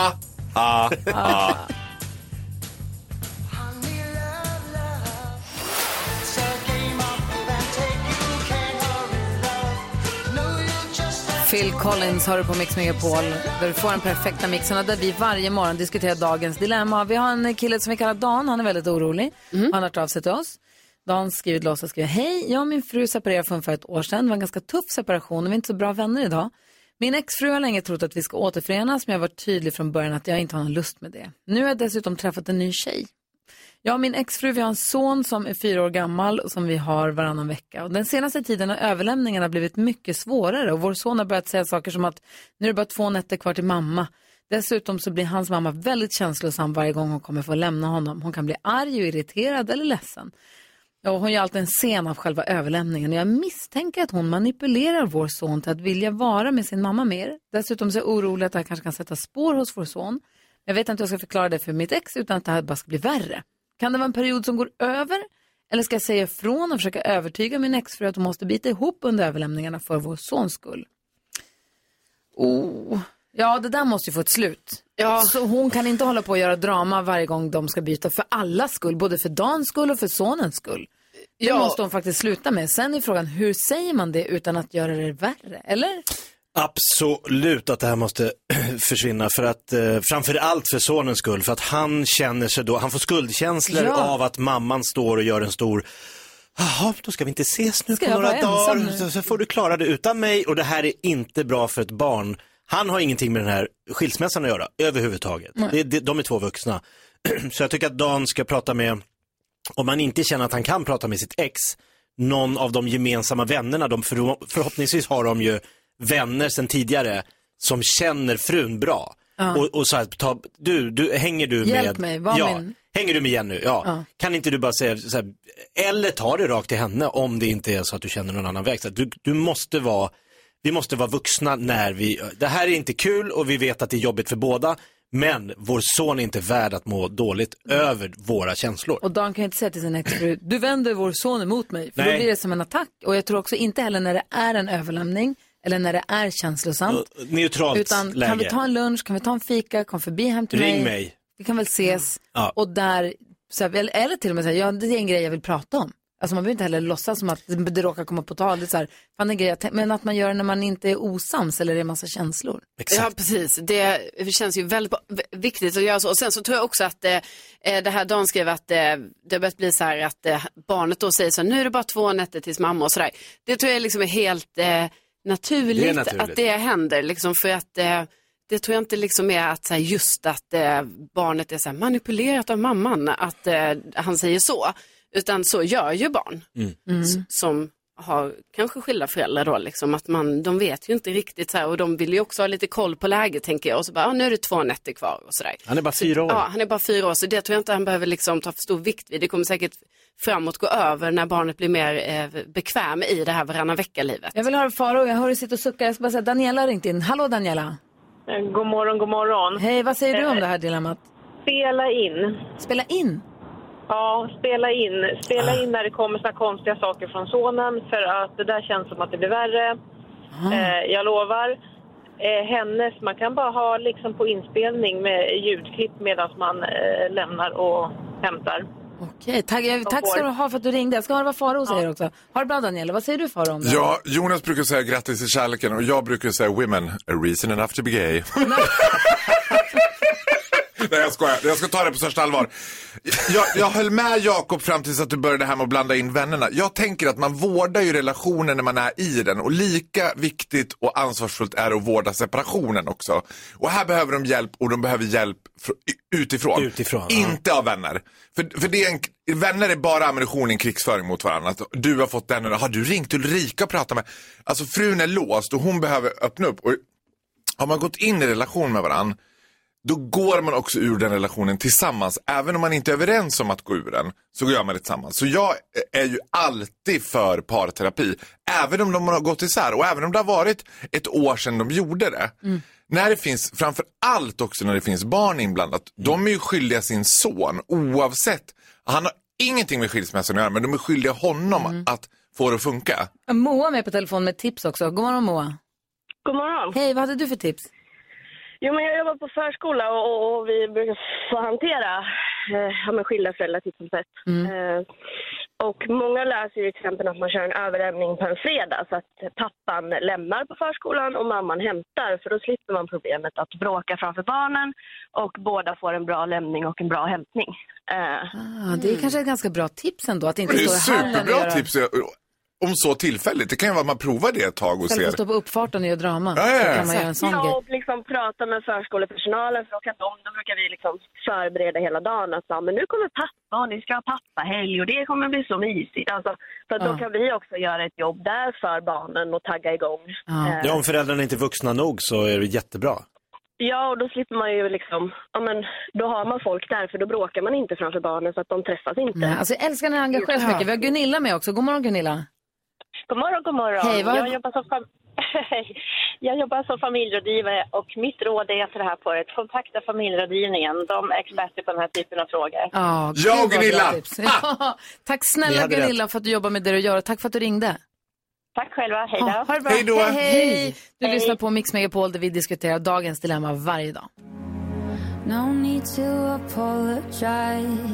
Phil Collins har du på Mix Megapol, där du får den perfekta mixen, där vi varje morgon diskuterar dagens dilemma. Vi har en kille som vi kallar Dan, han är väldigt orolig. Han har hört av sig till oss. Dan skriver till oss och skriver: hej, jag och min fru separerade för ungefär 1 år sedan. Det var en ganska tuff separation och vi är inte så bra vänner idag. Min exfru har länge trott att vi ska återförenas, men jag har varit tydlig från början att jag inte har någon lust med det. Nu har jag dessutom träffat en ny tjej. Jag och min exfru, vi har en son som är 4 år gammal och som vi har varannan vecka. Och den senaste tiden har överlämningarna blivit mycket svårare och vår son har börjat säga saker som att nu är det bara 2 nätter kvar till mamma. Dessutom så blir hans mamma väldigt känslosam varje gång hon kommer få lämna honom. Hon kan bli arg och irriterad eller ledsen. Och hon gör alltid en scen av själva överlämningen. Jag misstänker att hon manipulerar vår son till att vilja vara med sin mamma mer. Dessutom så är jag orolig att det här kanske kan sätta spår hos vår son. Jag vet inte hur jag ska förklara det för mitt ex utan att det här bara ska bli värre. Kan det vara en period som går över? Eller ska jag säga ifrån och försöka övertyga min ex för att hon måste bita ihop under överlämningarna för vår sons skull? Ja, det där måste ju få ett slut. Ja. Så hon kan inte hålla på att göra drama varje gång de ska byta för allas skull. Både för Dans skull och för sonens skull. Det måste hon faktiskt sluta med. Sen är frågan, hur säger man det utan att göra det värre? Eller? Absolut att det här måste försvinna, för att framförallt för sonens skull, för att han känner sig då, han får skuldkänslor av att mamman står och gör en stor, jaha, då ska vi inte ses nu på några dagar, så får du klara det utan mig, och det här är inte bra för ett barn. Han har ingenting med den här skilsmässan att göra överhuvudtaget. De är 2 vuxna. Så jag tycker att Dan ska prata med om man inte känner att han kan prata med sitt ex, någon av de gemensamma vännerna, förhoppningsvis har de ju vänner sedan tidigare som känner frun bra. Och så här, hänger du Hjälp med... mig, hänger du med Jenny? Ja. Kan inte du bara säga så här, eller ta det rakt till henne om det inte är så att du känner någon annan väg. Så vi måste vara vuxna när det här är inte kul och vi vet att det är jobbigt för båda. Men vår son är inte värd att må dåligt över våra känslor. Och Dan kan inte säga till sin exfru, du vänder vår son emot mig. För Nej. då blir det som en attack. Och jag tror också inte heller när det är en överlämning eller när det är känslosamt. Neutralt utan läge. kan vi ta en lunch, kan vi ta en fika, kom förbi hem till Ring mig. Vi kan väl ses. Och där, så här, eller till och med säga, det är en grej jag vill prata om. Alltså man behöver inte heller låtsas som att det råkar komma på tal. Det är så här, fan en grej, men att man gör det när man inte är osams eller det är en massa känslor. Exakt. Ja, precis. Det känns ju väldigt viktigt att göra så. Och sen så tror jag också att det här Dan skrev att det börjat bli så här att barnet då säger så här, nu är det bara 2 nätter tills mamma och sådär. Det tror jag liksom är helt naturligt, att det händer. Liksom, för att det tror jag inte liksom är att så här, just att barnet är så här, manipulerat av mamman, att han säger så. Utan så gör ju barn som har kanske skilda föräldrar då, liksom, att de vet ju inte riktigt så här, och de vill ju också ha lite koll på läget, tänker jag, och så bara, nu är det 2 nätter kvar och sådär. Han är bara 4 år. Ja, han är bara 4 år, så det tror jag inte han behöver liksom ta för stor vikt vid. Det kommer säkert framåt gå över när barnet blir mer bekväm i det här varannan vecka-livet. Jag vill höra Faro, jag hör dig sitta och sucka. Jag ska bara säga, Daniela har ringt in. Hallå Daniela. God morgon, god morgon. Hej, vad säger du om det här dilemmat? Spela in. Spela in? Ja, spela in när det kommer såna konstiga saker från sonen, för att det där känns som att det blir värre. Jag lovar. Man kan bara ha liksom på inspelning med ljudklipp medan man lämnar och hämtar. Okej, tack ska du ha för att du ringde. Jag ska höra vad Faro säger också. Har det bra Daniela, vad säger du Faro om det? Ja, Jonas brukar säga grattis till kärleken och jag brukar säga women, a reason enough to be gay. Nej, jag skojar. Jag ska ta det på största allvar. Jag höll med Jakob fram tills att du började här med att blanda in vännerna. Jag tänker att man vårdar ju relationen när man är i den. Och lika viktigt och ansvarsfullt är att vårda separationen också. Och här behöver de hjälp, och de behöver hjälp utifrån. Inte av vänner. För det är vänner är bara ammunition i en krigsföring mot varandra. Att du har fått den, har du ringt Ulrika och pratat med? Alltså frun är låst och hon behöver öppna upp. Och har man gått in i relation med varandra, då går man också ur den relationen tillsammans. Även om man inte är överens om att gå ur den, så gör man det tillsammans. Så jag är ju alltid för parterapi. Även om de har gått isär. Och även om det har varit ett år sedan de gjorde det. När det finns, framför allt också när det finns barn inblandat. De är ju skyldiga sin son, oavsett. Han har ingenting med skilsmässan att göra, men de är skyldiga honom att få det att funka. Moa är med på telefon med tips också. God morgon Moa. God morgon. Hej, vad hade du för tips? Jo, men jag jobbar på förskola och vi brukar få hantera skilda föräldrar titt som sett. Och många läser ju exempel att man kör en överlämning på en fredag, så att pappan lämnar på förskolan och mamman hämtar, för då slipper man problemet att bråka framför barnen och båda får en bra lämning och en bra hämtning. Det är kanske ett ganska bra tips ändå, att inte stå i hallen. Superbra tips. Om så tillfälligt. Det kan ju vara att man provar det ett tag och ser. Istället för att stå på uppfarten och göra drama. Ja. Så kan man göra en sån grej. Och liksom prata med förskolepersonalen, för då brukar vi liksom förbereda hela dagen att men nu kommer pappa och ni ska ha pappahelg och det kommer bli så mysigt. Alltså, för att då kan vi också göra ett jobb där för barnen och tagga igång. Ja, om föräldrarna inte är vuxna nog så är det jättebra. Ja, och då slipper man ju liksom, då har man folk där, för då bråkar man inte framför barnen så att de träffas inte. Nej, alltså jag älskar när jag engagerar så mycket. Vi har Gunilla med också. God morgon Gunilla. God morgon, god morgon. Hej, jag jobbar som familjerådgivare och mitt råd är för det här på att kontakta familjerådgivningen. De är experter på den här typen av frågor. Ja, Gunilla! Tack snälla Gunilla för att du jobbar med det du gör. Tack för att du ringde. Tack själva, hej då. Ha det bra. Hej då. Hej. Du lyssnar på Mix Megapol där vi diskuterar dagens dilemma varje dag. No need to apologize.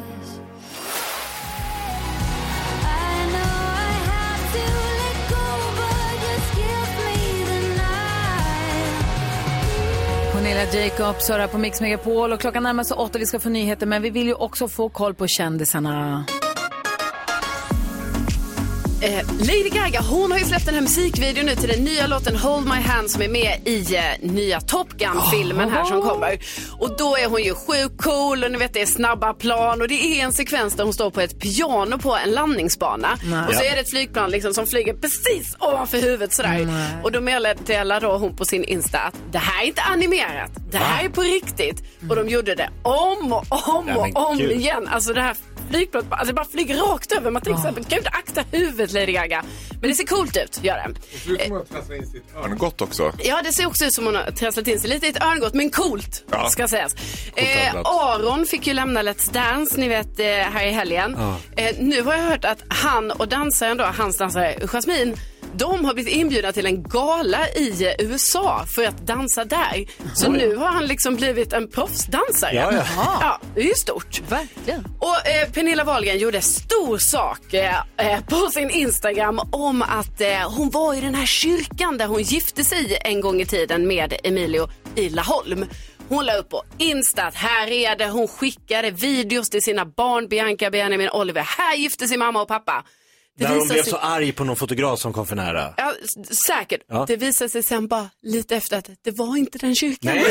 Cornelia Jacobs hör här på Mix Megapol och klockan närmar sig 8. Vi ska få nyheter, men vi vill ju också få koll på kändisarna. Lady Gaga, hon har ju släppt den här musikvideon nu till den nya låten Hold My Hand som är med i nya Top Gun-filmen här som kommer. Och då är hon ju sjukt cool och ni vet det är snabba plan och det är en sekvens där hon står på ett piano på en landningsbana. Och så är det ett flygplan liksom som flyger precis ovanför huvudet sådär. Och då meddelar då hon på sin Insta att det här är inte animerat, det här är på riktigt. Och de gjorde det om och om igen. Alltså det här flygplanet, alltså det bara flyger rakt över. Man tänker såhär, gud, akta huvudet Lady Gaga. Men det ser coolt ut, gör det. Det ser ut som att hon har trasslat in sitt örngott också. Ja, det ser också ut som hon har trasslat in sig lite i ett örngott, men coolt, ska sägas. Aron fick ju lämna Let's Dance, ni vet, här i helgen. Nu har jag hört att han och dansaren då, hans dansare Jasmine, de har blivit inbjudna till en gala i USA för att dansa där. Så nu har han liksom blivit en proffsdansare. Ja, det är ju stort. Verkligen. Och Pernilla Wahlgren gjorde stor sak på sin Instagram om att hon var i den här kyrkan där hon gifte sig en gång i tiden med Emilio i Laholm. Hon la upp på Insta att här är det. Hon skickade videos till sina barn, Bianca, Benjamin, Oliver. Här gifte sig mamma och pappa. Där hon blev så arg på någon fotograf som kom för nära. Ja, säkert. Ja. Det visade sig sen bara lite efter att det var inte den kyrkan. Nej.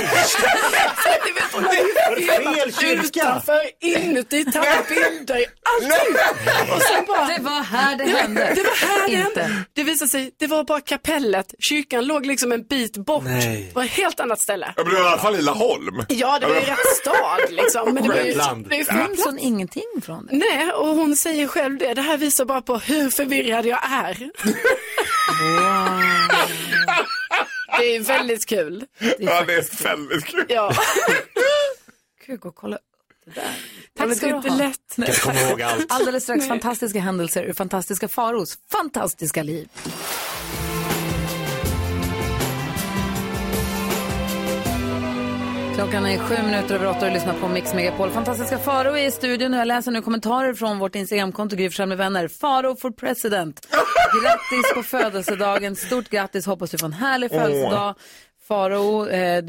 Hon hade fel kyrka. Utanför, inuti, tagit bilder, allting. Och sen bara, det var här det hände. Det var här det hände. Det visade sig, det var bara kapellet. Kyrkan låg liksom en bit bort. Nej. På ett helt annat ställe. Jag blev i alla fall i Laholm. Ja, det var ju rätt stad liksom. Men det var ju finns hon ingenting från det. Nej, och hon säger själv det. Det här visar bara på hur förvirrad jag är. Wow. Det är väldigt kul. Ja, det är väldigt kul. Ja. Gud, gå och kolla upp det där. Tack ska du ha. Lätt. Jag kommer ihåg allt. Alldeles strax fantastiska händelser ur fantastiska Faros fantastiska liv. Klockan är 7:07 och lyssnar på Mix Megapol. Fantastiska Faro är i studion och jag läser nu kommentarer från vårt Instagramkonto Gry Forssell med vänner. Faro for president. Grattis på födelsedagen. Stort grattis. Hoppas du får en härlig födelsedag. Faro,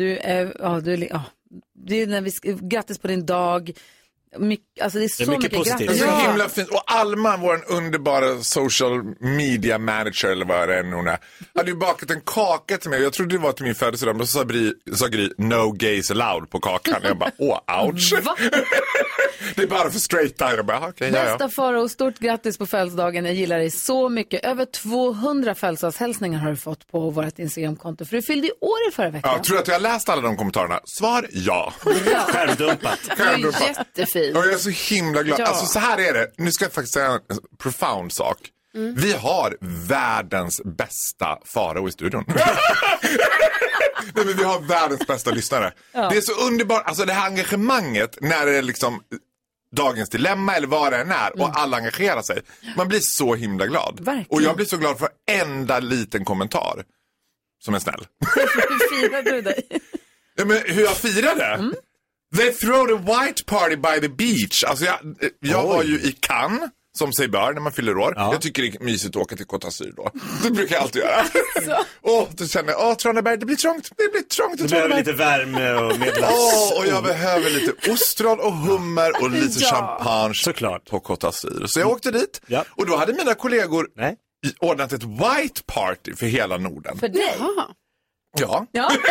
grattis på din dag. Alltså det är så mycket positivt. Det är så himla fint. Och Alma, vår underbara social media manager eller vad det är hon är, hade ju bakat en kaka till mig. Jag trodde det var till min födelsedag, men så sa Gry no gays allowed på kakan. Jag bara, ouch. Det är bara för straight där. Jag bara, okay, Bästa Faro, stort grattis på födelsedagen. Jag gillar dig så mycket. Över 200 födelsedagshälsningar har du fått på vårt Instagramkonto. För du fyllde i år i förra veckan. Ja, tror du att jag har läst alla de kommentarerna? Svar ja. Skärmdumpat. Det var jättefint. Och jag är så himla glad. Ja. Alltså så här är det. Nu ska jag faktiskt säga en profound sak. Vi har världens bästa Faro i studion. Nej, men vi har världens bästa lyssnare. Ja. Det är så underbart. Alltså det här engagemanget när det är liksom dagens dilemma eller vad det än är och alla engagerar sig. Man blir så himla glad. Verkligen. Och jag blir så glad för enda liten kommentar som är snäll. Hur firar du dig? Ja, men hur jag firade? They throw the white party by the beach. Alltså jag var ju i Cannes, som sig bör när man fyller år. Ja. Jag tycker det är mysigt att åka till Côte d'Azur då. Det brukar jag alltid göra. Då känner jag, Traneberg, det blir trångt. Det blir trångt. Du behöver lite värme och medlats. Och jag behöver lite ostron och hummer och lite champagne. Såklart. På Côte d'Azur. Så jag åkte dit. Ja. Och då hade mina kollegor ordnat ett white party för hela Norden. För dig? Ja.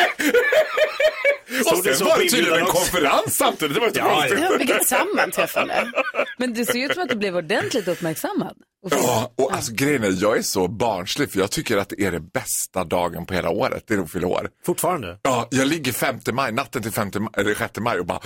Och sen var det tydligen en konferens samtidigt. Det var vilket sammanträffande. Men det ser ju ut som att du blev ordentligt uppmärksammad. Ja, och alltså grejen är, jag är så barnslig för jag tycker att det är det bästa dagen på hela året. Det är nog fylla år. Fortfarande? Ja, jag ligger 5 maj, natten till 6 maj och bara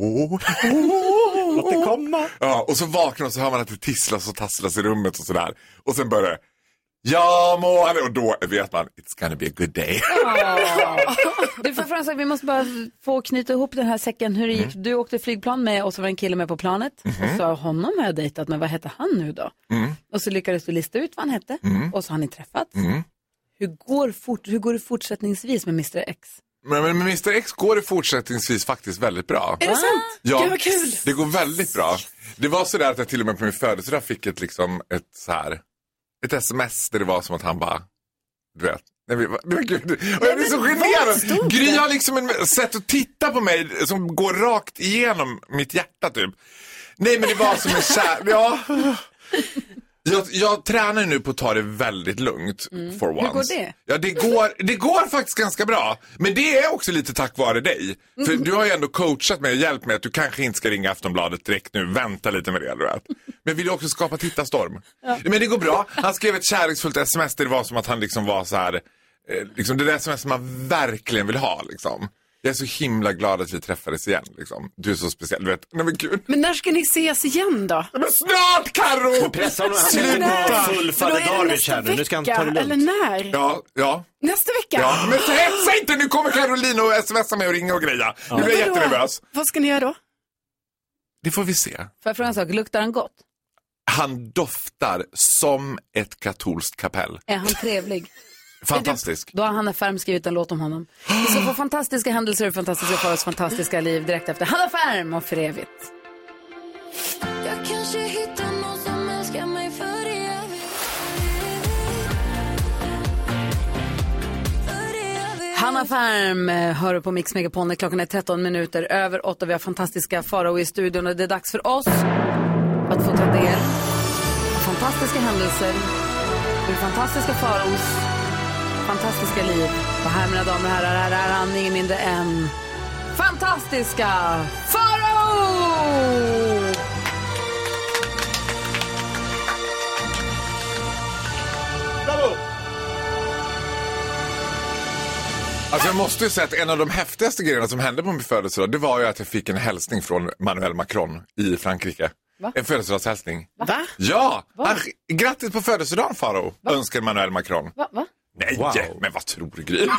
låt det komma. Ja, och så vaknar och så hör man att det tisslas och tasslas i rummet och sådär. Och sen börjar det, ja må, och då vet man, it's gonna be a good day. Du får fråga, vi måste bara få knyta ihop den här säcken. Hur det gick? Du åkte flygplan med och så var en kille med på planet. Och så honom har jag dejtat, men vad hette han nu då? Och så lyckades du lista ut vad han hette. Och så har ni träffats. Hur går det fortsättningsvis med Mr. X? Men med Mr. X går det fortsättningsvis faktiskt väldigt bra. Är det sant? Ja, det var kul. Det går väldigt bra. Det var så där att jag till och med på min födelsedag fick ett sms där det var som att han bara, du vet. Och jag blir så generad. Gry har liksom ett sätt att titta på mig som går rakt igenom mitt hjärta typ. Nej, men det var som en Jag tränar nu på att ta det väldigt lugnt for once. Hur går det? Ja, det går faktiskt ganska bra. Men det är också lite tack vare dig. För du har ju ändå coachat mig och hjälpt mig att du kanske inte ska ringa Aftonbladet direkt nu. Vänta lite med det, du vet. Men vill ju också skapa tittarstorm. Ja. Men det går bra. Han skrev ett kärleksfullt sms. Det var som att han liksom var så här... liksom det där sms som man verkligen vill ha, liksom. Jag är så himla glad att vi träffades igen, liksom. Du är så speciell, du vet. Nej, men gud. Men när ska ni ses igen då? Men snart, Karo! Pressa honom, sluta! Full Faderdarvich här nu, nu ska han ta det lugnt. Eller när? Ja. Nästa vecka? Ja, men så hetsa inte, nu kommer Caroline och smsa mig och ringa och greja. Nu blir jag jättenervös. Vad ska ni göra då? Det får vi se. Får jag fråga en sak, luktar han gott? Han doftar som ett katolskt kapell. Är han trevlig? Fantastisk. Då har Hanna Färm skrivit en låt om honom. Vi ska få fantastiska händelser och fantastiska Faros fantastiska liv direkt efter Hanna Färm och för evigt. Jag kanske hittar någon som älskar mig för evigt. Hanna Färm hör på Mix Megapol. Klockan är 13 minuter över 8. Vi har fantastiska Faro i studion och det är dags för oss att få ta del av fantastiska händelser ur fantastiska Faros fantastiska liv. Och här, mina damer och herrar, här är han ingen mindre än fantastiska Faro! Bravo! Alltså jag måste ju säga att en av de häftigaste grejerna som hände på min födelsedag, det var ju att jag fick en hälsning från Emmanuel Macron i Frankrike. Va? En födelsedagshälsning. Va? Ja! Grattis på födelsedagen, Faro, önskar Emmanuel Macron. Va? Nej, men vad tror du, Gry?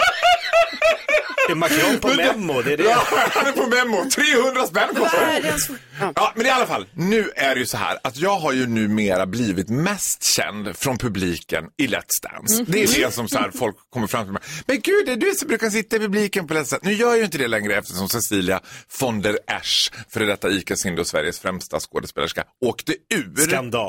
Är Macron på memo? Det är det. Ja, han är på memo. 300 spänn kostar. Ja, men i alla fall, nu är det ju så här att jag har ju numera blivit mest känd från publiken i Let's Dance. Det är det som så här folk kommer fram till mig. Men gud, det är du som brukar sitta i publiken på Let's Dance. Nu gör jag ju inte det längre eftersom Cecilia von der Esch, för detta ICA Syndo, Sveriges främsta skådespelerska, åkte ur.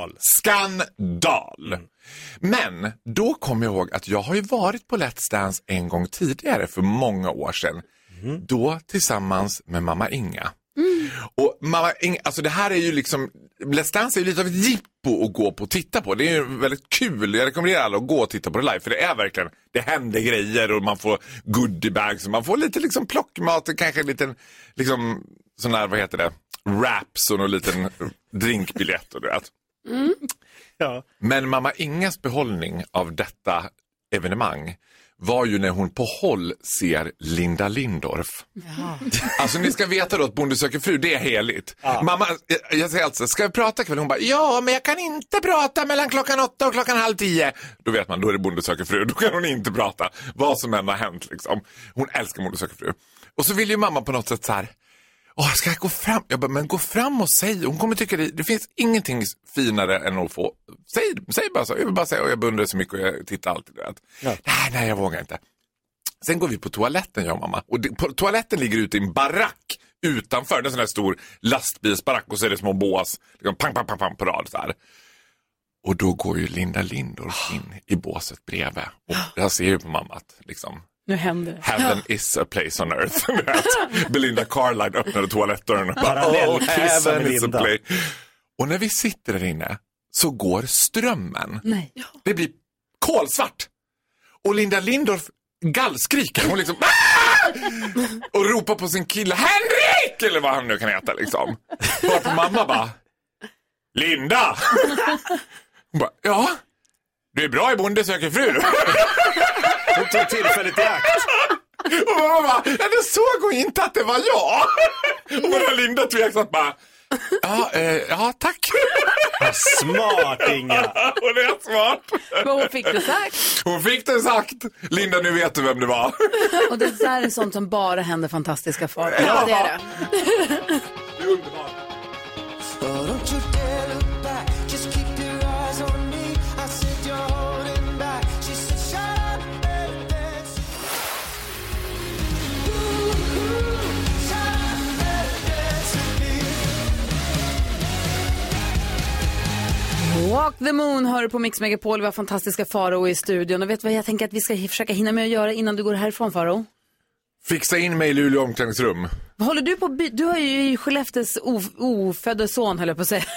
Skandal. Men då kom jag ihåg att jag har ju varit på Let's Dance en gång tidigare för många år sedan. Då tillsammans med mamma Inga. Och mamma Inga, alltså det här är ju liksom, Let's Dance är ju lite av ett jippo att gå på och titta på. Det är ju väldigt kul, jag rekommenderar alla att gå och titta på det live. För det är verkligen, det händer grejer och man får goodiebags och man får lite liksom plockmat och kanske en liten liksom, sån här, vad heter det, wraps och någon liten drinkbiljett och du vet. Ja. Men mamma Ingas behållning av detta evenemang var ju när hon på håll ser Linda Lindorff. Ja. Alltså ni ska veta då att Bonde söker fru, det är heligt. Ja. Mamma, jag säger alltså, ska vi prata kväll? Hon bara, ja men jag kan inte prata mellan klockan 8 och klockan 9:30. Då vet man, då är det Bonde söker fru. Då kan hon inte prata, vad som än har hänt liksom. Hon älskar Bonde söker fru. Och så vill ju mamma på något sätt så här, ska jag gå fram? Jag bara, men gå fram och säg. Hon kommer tycka det finns ingenting finare än att få. Säg bara så. Jag vill bara säga, och jag beundrar så mycket och jag tittar alltid. Ja. Nej, jag vågar inte. Sen går vi på toaletten, jag och mamma. Och toaletten ligger ute i en barack utanför. Det är en sån här stor lastbilsbarack och så är det små bås. Liksom pang på rad så här. Och då går ju Linda Lindorff in i båset bredvid. Och jag ser ju på mamma att liksom... Nu händer det. Heaven is a place on earth. Belinda Carlisle öppnade toalettdörren och bara, heaven is a place. Och när vi sitter där inne så går strömmen. Nej. Det blir kolsvart. Och Linda Lindorff gallskriker. Hon liksom och ropar på sin kille, Henrik! Eller vad han nu kan heta liksom. Och mamma bara, Linda! Hon bara, ja, du är bra i Bonde söker fru. Hon tog tillfället i akt. Och mamma bara, det såg hon inte att det var jag. Och bara Linda tveksamt bara, ja, tack. Smart, Inga. Hon är smart. Men hon fick det sagt. Hon fick det sagt. Linda, nu vet du vem det var. Och det där är sånt som bara händer fantastiska faror. Ja, det är det. Det är underbart. Walk the Moon hör på Mix Megapol. Vi har fantastiska Faro i studion. Och vet du vad jag tänker att vi ska försöka hinna med att göra innan du går härifrån, Faro? Fixa in mig i Luleå omklädningsrum. Vad håller du på du har ju Skellefteås ofödda son, höll jag på att säga.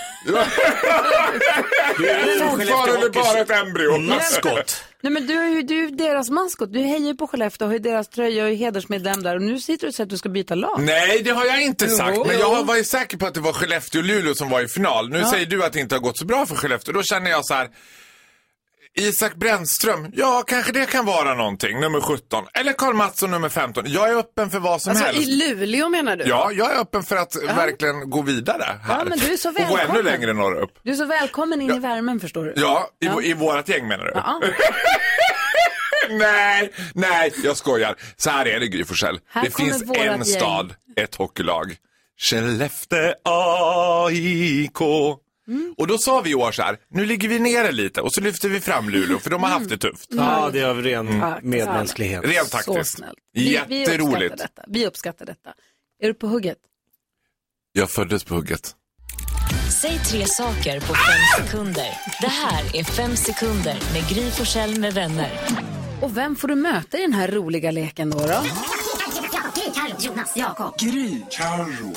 Du är fortfarande bara ett embryo. Maskot. Nej, men du är deras maskot. Du hejar ju på Skellefteå och har deras tröja och är hedersmedlem där. Och nu sitter du och säger att du ska byta lag. Nej, det har jag inte sagt. Men jag var ju säker på att det var Skellefteå och Luleå som var i final. Nu säger du att det inte har gått så bra för Skellefteå. Då känner jag så här... Isak Brännström, ja kanske det kan vara någonting, nummer 17. Eller Karl Mattsson, nummer 15. Jag är öppen för vad som helst. I Luleå menar du? Ja, jag är öppen för att verkligen gå vidare här. Ja, men du är så välkommen. Och gå ännu längre norr upp. Du är så välkommen in i värmen, förstår du. Ja, i vårat gäng menar du? Ja. nej, jag skojar. Så här är det, Gry Forssell. Det finns en stad, ett hockeylag. Skellefteå AIK. Och då sa vi i år så här, nu ligger vi nere lite och så lyfter vi fram Luleå för de har haft det tufft. Ja, det är av ren medmänsklighet. Rent taktiskt. Så snällt. Jätteroligt. Vi uppskattar detta. Är du på hugget? Jag föddes på hugget. Säg 3 saker på 5 sekunder. Det här är 5 sekunder med Gry Forssell med vänner. Och vem får du möta i den här roliga leken då? Gry, Carro, Jonas, Jakob. Gry, Carro.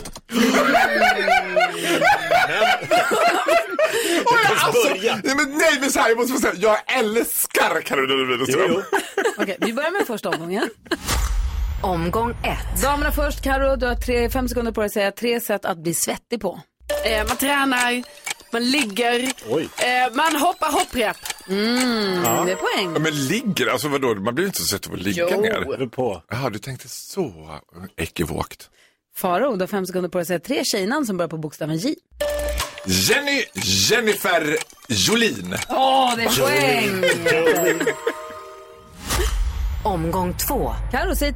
Nej, men så här, jag måste få säga, jag älskar Carolina Widerström. Okej, vi börjar med första omgången. Omgång 1. Damerna först, Karo, du har 5 sekunder på dig att säga 3 sätt att bli svettig på. Man tränar, man ligger, man hoppar hopprep. Det är poäng. Ja, men ligger, alltså vadå? Man blir inte så sett att ligga ner. På. Jaha, du tänkte så ekivokt. Faro, du har 5 sekunder på dig att säga 3 tjejnamn som börjar på bokstaven J. Jennifer Jolin. Det är poäng. Omgång 2. Karo, säg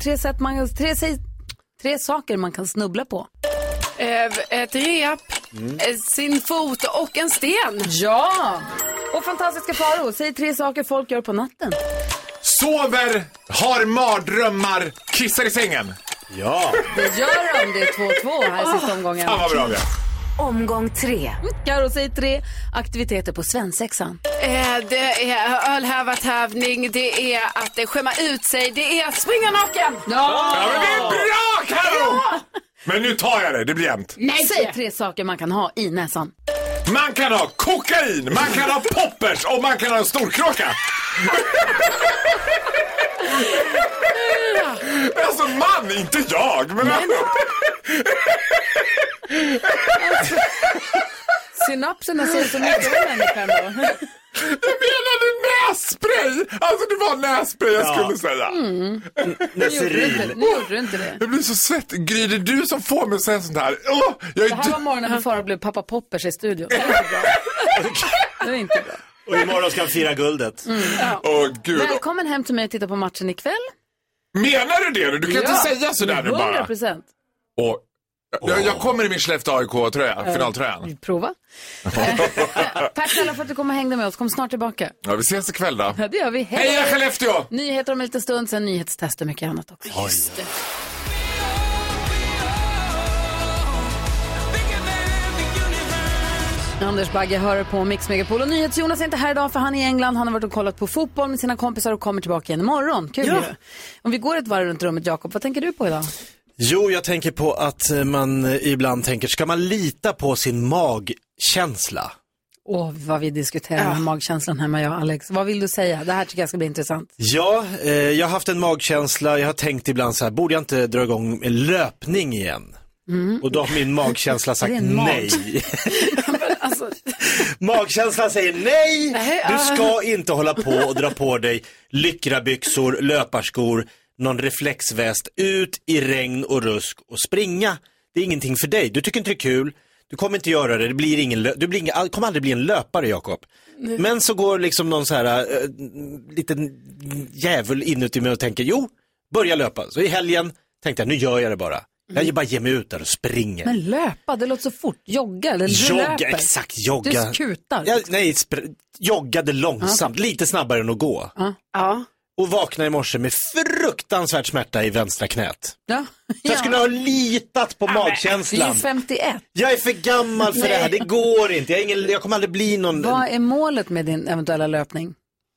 3 saker man kan snubbla på. Ett rep, sin fot och en sten. Ja! Och fantastiska Faro, säg 3 saker folk gör på natten. Sover, har mardrömmar, kissar i sängen. Ja. Det gör de, det är 2-2 här i sista omgången. Fan vad bra det är. Omgång 3. Karo, säg 3 aktiviteter på svensexan. Det är ölhävartävling, det är att skämma ut sig, det är att springa naken. Ja, men det är bra, Karo! Ja. Men nu tar jag det blir jämnt. Nej, säg 3 saker man kan ha i näsan. Man kan ha kokain, man kan ha poppers och man kan ha en storkråka. Alltså man, inte jag. Men synapserna ser så mycket av människan då. Jag menade nässpray. Alltså det var nässpray jag skulle säga. Nu gjorde du inte det. Jag blir så svett. Gry, det är du som får mig att säga sånt här. Det här var morgonen när Farah blev pappa Poppers i studion. Det är inte bra. Det är inte bra. Och imorgon ska han fira guldet. Gud. Välkommen hem till mig och titta på matchen ikväll. Menar du det? Du kan inte säga sådär nu bara. 100%. Och jag kommer i min Skellefteå AIK-tröja, finaltröjan. Prova. Tack snälla för att du kom och hängde med oss. Kom snart tillbaka. Ja, vi ses ikväll då. Ja, det gör vi. Hej Skellefteå! Nyheter om en liten stund, sen nyhetstest och mycket annat också. Just det. Anders Bagge hör på Mix Megapol och NyhetsJonas är inte här idag för han är i England. Han har varit och kollat på fotboll med sina kompisar och kommer tillbaka igen imorgon. Kul ju. Om vi går ett varv runt rummet, Jakob, vad tänker du på idag? Jo, jag tänker på att man ibland tänker, ska man lita på sin magkänsla? Vad vi diskuterar med magkänslan hemma, jag och Alex. Vad vill du säga? Det här tycker jag ska bli intressant. Ja, jag har haft en magkänsla. Jag har tänkt ibland så här, borde jag inte dra igång en löpning igen? Och då har min magkänsla sagt nej. Alltså... Magkänslan säger nej, du ska inte hålla på och dra på dig lyckrabyxor, löparskor, någon reflexväst, ut i regn och rusk och springa. Det är ingenting för dig. Du tycker inte det är kul. Du kommer inte göra det. Det blir kommer aldrig bli en löpare, Jakob. Men så går liksom någon så här liten jävel inuti mig och tänker, jo, börja löpa. Så i helgen tänkte jag, nu gör jag det bara. Jag bara ger mig ut där och springer. Men löpa, det låter så fort. Jogga eller jogga, exakt, jogga. Du skutar. Joggade långsamt, lite snabbare än att gå. Ja. Och vaknade i morse med fruktansvärt smärta i vänstra knät. Ja. Jag skulle ha litat på magkänslan. Du är 51. Jag är för gammal för det här, det går inte. Jag kommer aldrig bli någon... Vad är målet med din eventuella löpning?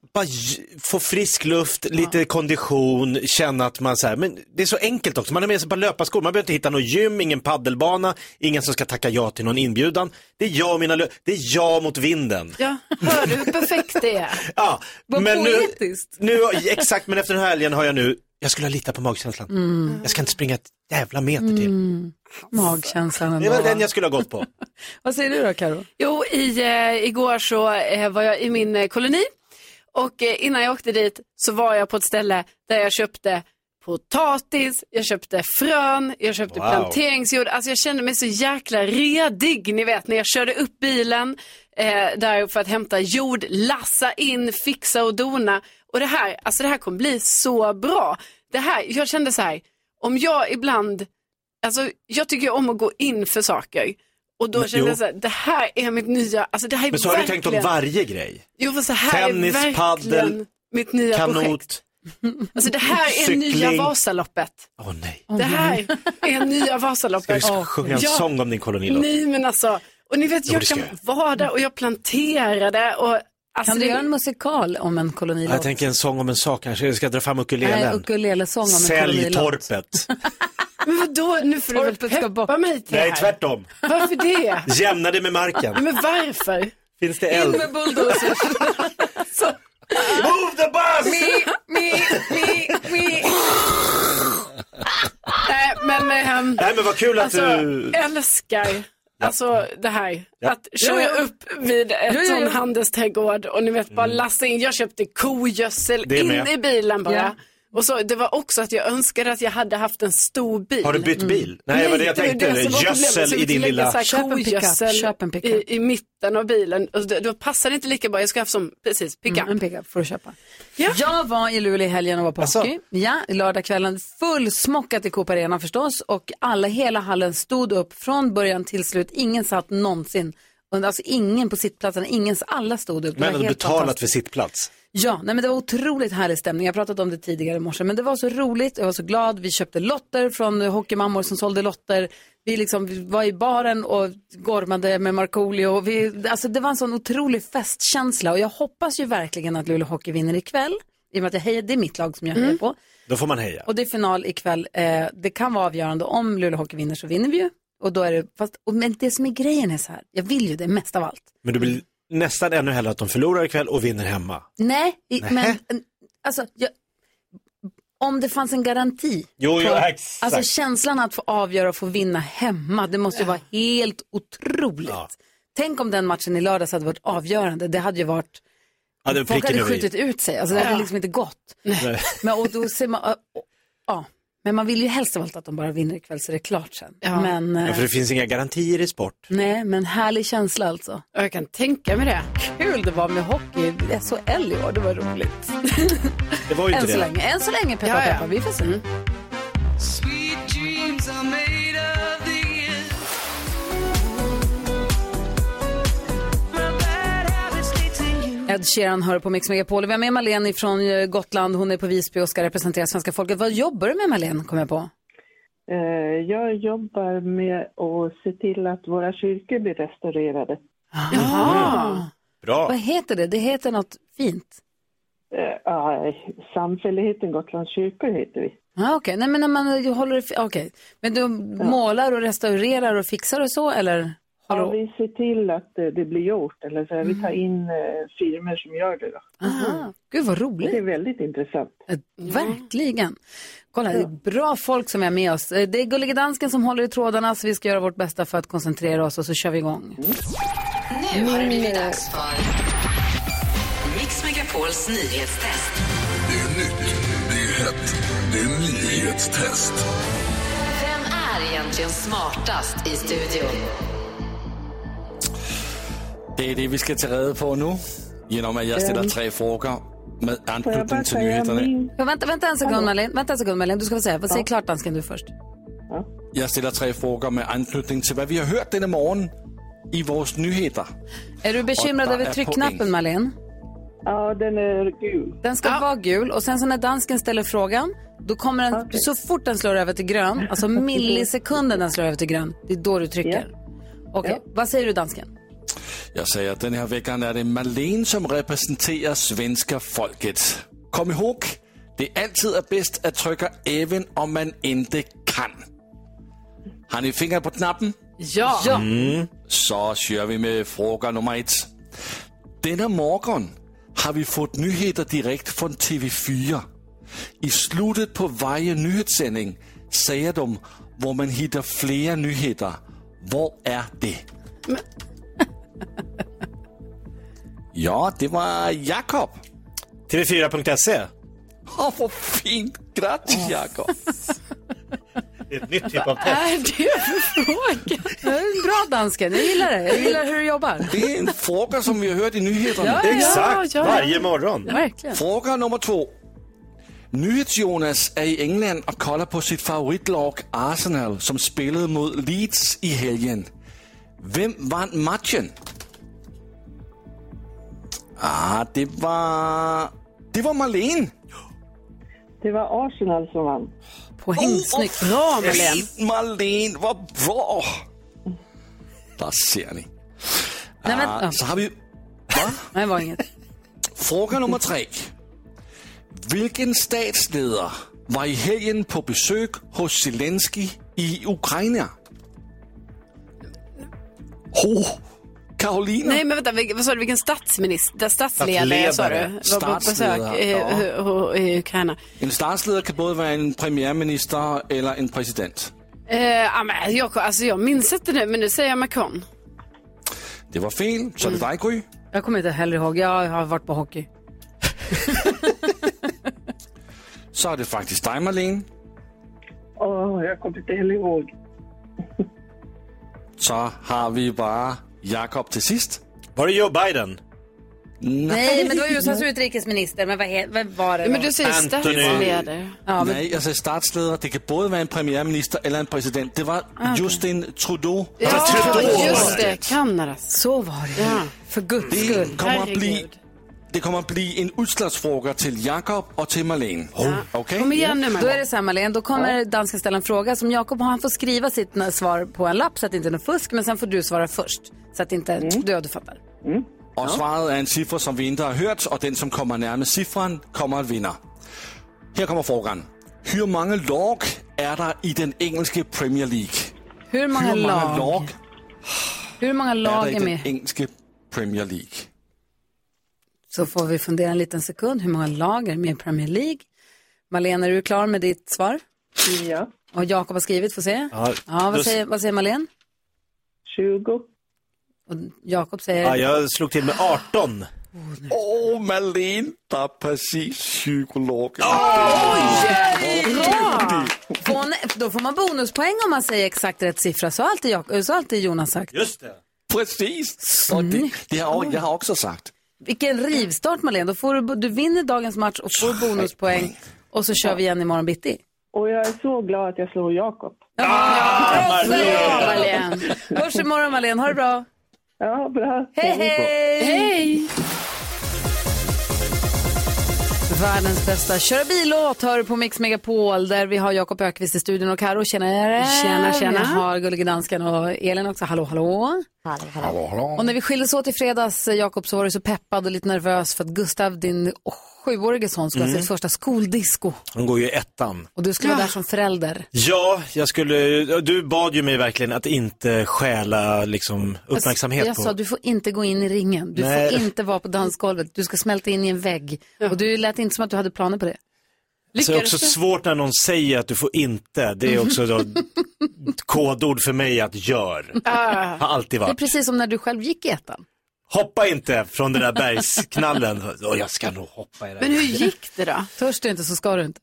bara få frisk luft, lite kondition, känna att man så här, men det är så enkelt också. Man har med sig på löparskor, man behöver inte hitta någon gym, ingen paddelbana, ingen som ska tacka ja till någon inbjudan. Det är jag och det är jag mot vinden. Ja, hör du hur perfekt det är? Ja, vad men poetiskt. nu exakt, men efter den här helgen har jag skulle ha litat på magkänslan. Jag ska inte springa ett jävla meter till. Magkänslan ändå. Det var den jag skulle ha gått på. Vad säger du då, Karo? Jo, igår så var jag i min koloni. Och innan jag åkte dit så var jag på ett ställe där jag köpte potatis, jag köpte frön, jag köpte planteringsjord. Alltså jag kände mig så jäkla redig, ni vet, när jag körde upp bilen där för att hämta jord, lassa in, fixa och dona. Och det här kommer bli så bra. Jag kände så här, om jag ibland, alltså jag tycker om att gå in för saker. Och då kände jag så här, det här är mitt nya, alltså det här är men så verkligen... har du tänkt om varje grej? Jo, för så här tennis, är verkligen paddel, mitt nya kanot. projekt. Alltså det här är cykling. nya Vasaloppet. Nej. Det här är nya Vasaloppet. Ska vi sjunga en sång om din kolonilott? Nej, men alltså, och ni vet, jag kan vara där och jag planterade och alltså, kan du göra en musikal om en kolonilott? Jag tänker en sång om en sak kanske. Jag ska dra fram ukulelen. Nej, ukulelesång om en kolonilott. Sälj torpet. Men vadå, nu får du väl peppa mig till det här. Nej, tvärtom. Varför det? Jämna det med marken. Men varför? Finns det eld? In med bulldozers. Move the bus! Me. Nej, men vad kul att alltså, du... älskar alltså det här. Att köra upp vid ett sån handelsträdgård och ni vet bara lassa in. Jag köpte kogödsel in i bilen bara. Ja. Och så, det var också att jag önskade att jag hade haft en stor bil. Har du bytt bil? Nej, det var det jag tänkte. Gödsel i din lilla... Köp en pickup. I mitten av bilen. Och då passar det inte lika bra. Jag ska ha som, precis, pickup. En pickup får du köpa. Ja. Jag var i Luleå i helgen och var på hockey. Ja, lördagskvällen fullsmockat i Coop Arena förstås. Och hela hallen stod upp från början till slut. Ingen satt någonsin. Alltså ingen på sittplatsen, alla stod upp. Men hade betalat för sittplats? Ja, men det var otroligt härlig stämning. Jag har pratat om det tidigare i morse, men det var så roligt. Jag var så glad. Vi köpte lotter från hockeymammor som sålde lotter. Vi var i baren och gormade med Markoolio. Alltså det var en sån otrolig festkänsla. Och jag hoppas ju verkligen att Luleå Hockey vinner ikväll. I och med att det är mitt lag som jag hejar på. Då får man heja. Och det är final ikväll. Det kan vara avgörande. Om Luleå Hockey vinner så vinner vi ju. Och då är det, men det som är grejen är så här. Jag vill ju det mest av allt. Men du vill nästan ännu hellre att de förlorar ikväll och vinner hemma. Nej. Men alltså, om det fanns en garanti. Exakt. Alltså känslan att få avgöra och få vinna hemma. Det måste ju vara helt otroligt. Ja. Tänk om den matchen i lördags hade varit avgörande. Det hade ju varit... folk hade skjutit ut sig. Alltså det hade liksom inte gått. Men, och då ser man... Men man vill ju helst av allt att de bara vinner ikväll så det är klart sen. Ja. Men, för det finns inga garantier i sport. Nej, men härlig känsla alltså. Jag kan tänka mig det. Kul det var med hockey. SHL i år, det var roligt. Det var ju inte det. Än så länge, peppa. Vi får se. Sweet dreams are made of these. Ed Sheeran hör på Mix Megapol. Vi har med Malene från Gotland. Hon är på Visby och ska representera svenska folket. Vad jobbar du med, Malene, kommer jag på? Jag jobbar med att se till att våra kyrkor blir restaurerade. Jaha. Bra. Vad heter det? Det heter något fint. Samfälligheten Gotlands kyrkor heter vi. Okej. Nej, men när man håller... Okej. Men du målar och restaurerar och fixar och så, eller... Ja, vi ser till att det blir gjort. Eller så vi tar in firmor som gör det då. Aha. Gud vad roligt. Det är väldigt intressant. Verkligen. Kolla, det är bra folk som är med oss. Det är Gullige Dansken som håller i trådarna, så vi ska göra vårt bästa för att koncentrera oss och så kör vi igång. Nu har det blivit dags för Mix Megapols nyhetstest. Det är nytt, det är hett, det är nyhetstest. Vem är egentligen smartast i studion? Det är det vi ska ta reda på nu genom att jag ställer 3 frågor med anknytning till nyheterna. Vänta en sekund, Malin. Du ska få säga. Vad säger klart, dansken, du först? Jag ställer 3 frågor med anknytning till vad vi har hört denna morgon i våra nyheter. Är du bekymrad över tryckknappen, Malin? Ja, den är gul. Den ska vara gul, och sen så när dansken ställer frågan, då kommer den, så fort den slår över till grön, alltså millisekunden den slår över till grön, det är då du trycker. Okej. Vad säger du, dansken? Jag säger att den här veckan är det Malene som representerar svenska folket. Kom ihåg, det alltid är bäst att trycka även om man inte kan. Har ni fingrar på knappen? Ja. Så kör vi med fråga nummer 1. Denna morgon har vi fått nyheter direkt från TV4. I slutet på varje nyhetssändning säger de var man hittar flera nyheter. Vad är det? Ja, det var Jakob. TV4.se. Vad fint. Grattis, Jakob. Det är ett nytt typ av test. Det är för fråga. Det är en bra dansken, jag gillar det. Jag gillar hur du jobbar. Det är en fråga som vi har hört i nyheterna. Exakt, varje morgon. Verkligen. Fråga nummer 2. NyhetsJonas är i England och kollar på sitt favoritlag Arsenal som spelade mot Leeds i helgen. Vem vann matchen? Det var Malene. Det var Arsenal som vann. Poängsnyggt. Bra, Malene. Malene, vad bra. Där ser ni. Nej, men, så har vi... Va? Nej, det var inget. Fråga nummer 3. Vilken statsledare var i helgen på besök hos Zelensky i Ukraina? Karolina. Nej, men vänta, vad sa du, vilken statsledare sa du? Var på besök i Ukraina. En statsledare kan både vara en premiärminister eller en president. Jag minns inte nu, men nu säger jag Macron. Det var fel, så det var Gry. Jag kommer inte heller ihåg, jag har varit på hockey. Så är det faktiskt dig, Malene. Jag kommer inte heller ihåg. Så har vi bara Jakob till sist. Var det Joe Biden? Nej, men det var USAs utrikesminister. Men vad var det då? Men du säger statsledare. Ja, men... Nej, jag säger statsledare. Det kan både vara en premiärminister eller en president. Det var Justin Trudeau. Ja, just det. Kanada. Så var det. Ja. För guds skull. Det kommer att bli en utslagsfråga till Jakob och till Malene. Okay? Kom igen nu, Då är det så här, Malene. Då kommer dansken ställa en fråga som Jakob, han får skriva sitt svar på en lapp så att det inte är något fusk. Men sen får du svara först. Så att inte du fattar. Och svaret är en siffra som vi inte har hört. Och den som kommer närmast siffran kommer att vinna. Här kommer frågan. Hur många lag är det i den engelska Premier League? Hur många lag är i med? Den engelska Premier League. Så får vi fundera en liten sekund. Hur många lag är med i Premier League? Malene, är du klar med ditt svar? Ja. Och Jakob har skrivit, får se. Ja, vad säger Malene? 20. Och Jakob säger... Ja, jag slog till med 18. Malene, det är precis 20 lag. Bra! Då får man bonuspoäng om man säger exakt rätt siffra. Så har alltid Jonas sagt. Just det. Precis. Och det har jag också sagt. Vilken rivstart, Malene. Då får du vinner dagens match och får bonuspoäng. Och så kör vi igen imorgon bitti. Och jag är så glad att jag slår Jakob. Malene. Hörs imorgon, Malene. Ha det bra. Ja, bra. Hej! Världens bästa köra bil-låt hör på Mix Megapol där vi har Jakob Ökvist i studion och Karo. Tjena. Vi har Gullige Dansken och Elin också. Hallå. Och när vi skildes åt i fredags, Jakob, så var du så peppad och lite nervös för att Gustav, din 7-årige son, skulle ha sitt första skoldisco. Han går ju 1:an. Och du skulle vara där som förälder. Ja, du bad ju mig verkligen att inte stjäla liksom uppmärksamhet jag på. sa, du får inte gå in i ringen. Du får inte vara på dansgolvet. Du ska smälta in i en vägg. Och du lät inte som att du hade planer på det. Så det är också svårt när någon säger att du får inte. Det är också då kodord för mig att gör. Har alltid varit. Det är precis som när du själv gick i 1:an. Hoppa inte från den där bergsknallen. Jag ska nog hoppa i det. Men hur gick det då? Törs du inte så ska du inte.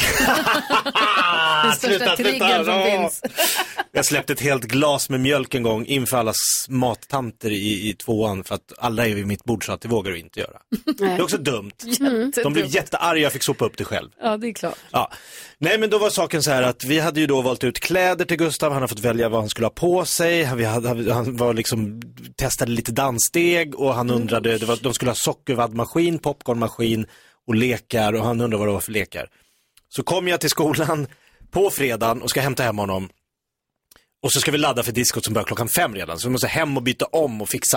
Den största triggern som finns. Jag släppte ett helt glas med mjölk en gång inför alla mattanter i 2:an för att alla är vid mitt bord så att det vågar du inte göra. Det är också dumt. De blev jättearga, jag fick sopa upp det själv. Ja, det är klart. Ja. Nej, men då var saken så här att vi hade ju då valt ut kläder till Gustav. Han har fått välja vad han skulle ha på sig. Han var liksom, testade lite danssteg och han undrade, de skulle ha sockervaddmaskin, popcornmaskin och lekar och han undrade vad det var för lekar. Så kom jag till skolan på fredagen och ska hämta hem honom. Och så ska vi ladda för diskot som börjar 5:00 redan. Så vi måste hem och byta om och fixa.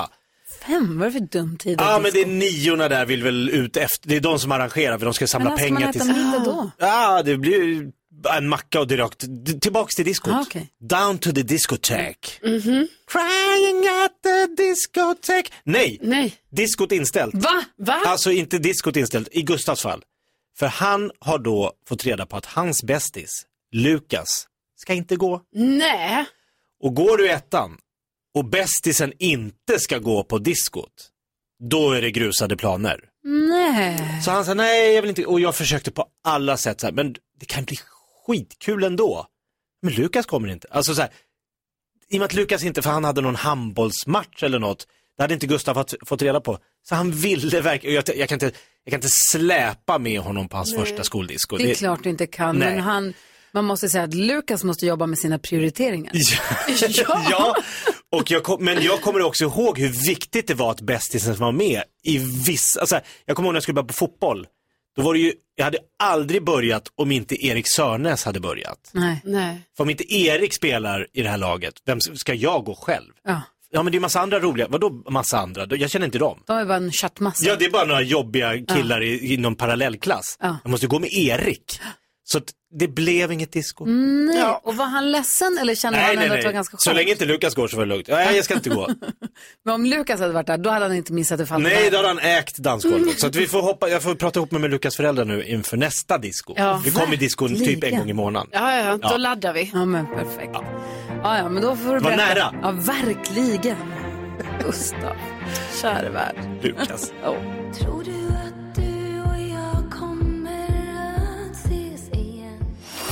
5? Vad är det för dum tid? Ja, men det är 9 där vill väl ut efter. Det är de som arrangerar för de ska samla pengar till. Men ska man äta middag då? Ja, det blir en macka och direkt tillbaks till diskot. Okay. Down to the discotheque. Crying at the discotheque. Nej. Diskot inställt. Va? Alltså inte diskot inställt i Gustavs fall. För han har då fått reda på att hans bästis, Lukas, ska inte gå. Nej. Och går du ettan och bästisen inte ska gå på diskot, då är det grusade planer. Nej. Så han sa nej, jag vill inte. Och jag försökte på alla sätt så här, men det kan bli skitkul ändå. Men Lukas kommer inte. Alltså så här, i och med att Lukas inte, för han hade någon handbollsmatch eller något, det hade inte Gustav fått reda på. Så han ville verkligen, jag kan inte släpa med honom på hans första skoldisco. Det är klart du inte kan, nej. Men man måste säga att Lukas måste jobba med sina prioriteringar. Ja. Och men jag kommer också ihåg hur viktigt det var att bästisen var med i vissa, alltså jag kommer ihåg när jag skulle börja på fotboll. Då var det ju, jag hade aldrig börjat om inte Erik Sörnäs hade börjat. Nej. För om inte Erik spelar i det här laget, vem ska jag gå själv? Ja, men det är massa andra roliga. Vadå massa andra? Jag känner inte dem. De är bara en chattmassa. Ja, det är bara några jobbiga killar i någon parallellklass. Jag måste gå med Erik. Så att det blev inget disco. Nej, och var han ledsen eller kände han ändå att det var ganska skönt? Så länge inte Lukas går så var det lugnt. Nej, jag ska inte gå. Men om Lukas hade varit där, då hade han inte missat det. Nej, då hade han ägt dansgolvet. Så att vi får jag får prata ihop med Lukas föräldrar nu inför nästa disco. Vi kommer i disco typ en gång i månaden. Ja, då laddar vi. Ja, men perfekt. Ja, men då får du var nära. Ja, verkligen. Gustav, kära värld. Lukas. Tror du att du och jag kommer att ses igen?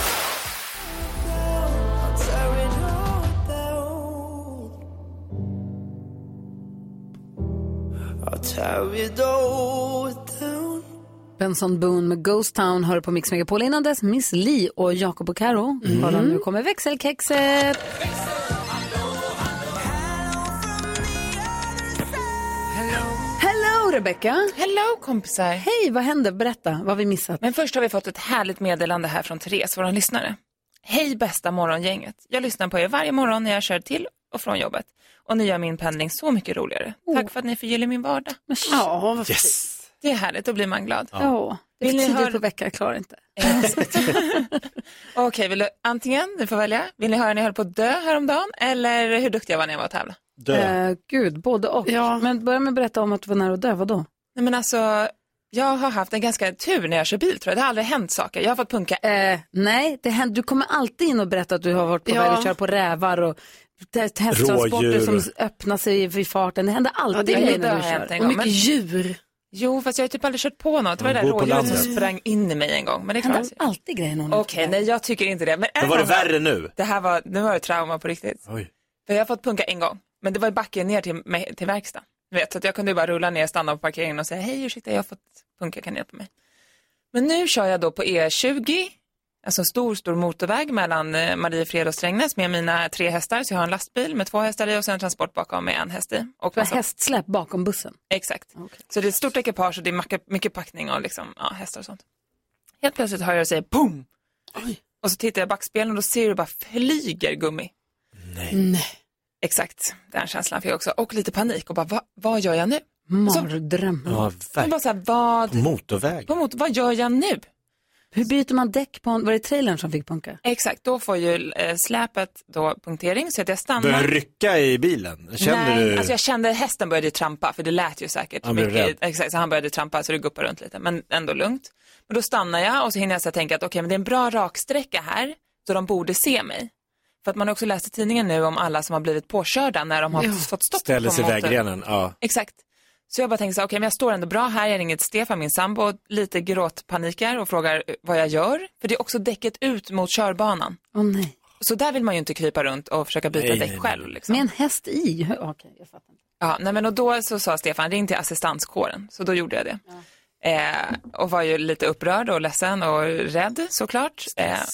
Benson Boone med Ghost Town hör på Mix Megapol. Innan dess Miss Li och Jakob och Karo. Nu kommer växelkexet. Hello Rebecca. Hello kompisar. Hej, vad hände? Berätta, vad har vi missat? Men först har vi fått ett härligt meddelande här från Therese, vår lyssnare. Hej bästa morgongänget. Jag lyssnar på er varje morgon när jag kör till och från jobbet. Och ni gör min pendling så mycket roligare. Tack för att ni förgyller min vardag. Ja, vad yes. Det är härligt, då blir man glad. Ja, det är tidigt på veckan, jag klarar inte. Okej, vill du antingen, du får välja. Vill ni höra när jag höll på att dö häromdagen? Eller hur duktig jag var när jag var att tävla? Gud, både och. Ja. Men börja med att berätta om att du var nära att dö, vadå? Nej men alltså, jag har haft en ganska tur när jag kör bil tror jag. Det har aldrig hänt saker. Jag har fått punka. Nej, det händer. Du kommer alltid in och berätta att du har varit på väg att köra på rävar och hästtransporter som öppnar sig i farten. Det händer alltid grejer när du kör. Och mycket djur. Jo, fast jag har typ aldrig kört på något. Det var det där rådjuret som sprang in i mig en gång. Men det är klart. Alltid grejer någon. Okej, nej jag tycker inte det. Men var det värre nu? Nu var det trauma på riktigt. Oj. För jag har fått punka en gång. Men det var i backen ner till verkstad. Så att jag kunde bara rulla ner, stanna på parkeringen och säga hej, ursäkta, jag har fått punka, kan ni hjälpa mig? Men nu kör jag då på E20, alltså stor motorväg mellan Mariefred och Strängnäs med mina 3 hästar. Så jag har en lastbil med 2 hästar i och sen en transport bakom med en häst i. Och hästsläpp bakom bussen? Exakt. Okay. Så det är ett stort ekipage och det är mycket packning och liksom, hästar och sånt. Helt plötsligt hör jag säga boom! Oj. Och så tittar jag i backspegeln och då ser du bara flyger gummi. Nej. Exakt, den känslan fick jag också. Och lite panik och bara, vad gör jag nu? Mardröm. Ja, verkligen. På motorväg. Vad gör jag nu? Hur byter man däck på var det trailern som fick punka? Exakt, då får ju släpet då punktering så att jag stannar. Börjar rycka i bilen? Nej, alltså jag kände hästen började trampa för det lät ju säkert. Exakt, så han började trampa så det guppar runt lite, men ändå lugnt. Men då stannar jag och så hinner jag så tänka att okej, men det är en bra raksträcka här så de borde se mig. För att man har också läst i tidningen nu om alla som har blivit påkörda när de har fått stopp. Ställer sig i vägrenen, ja. Exakt. Så jag bara tänkte så okej, men jag står ändå bra här. Jag ringer till Stefan, min sambo, lite gråtpanikar och frågar vad jag gör. För det är också däcket ut mot körbanan. Nej. Så där vill man ju inte krypa runt och försöka byta däck själv. Liksom. Med en häst i? Okej, jag fattar inte. Ja, nej men och då så sa Stefan, ring till assistanskåren. Så då gjorde jag det. Ja. Och var ju lite upprörd och ledsen och rädd såklart.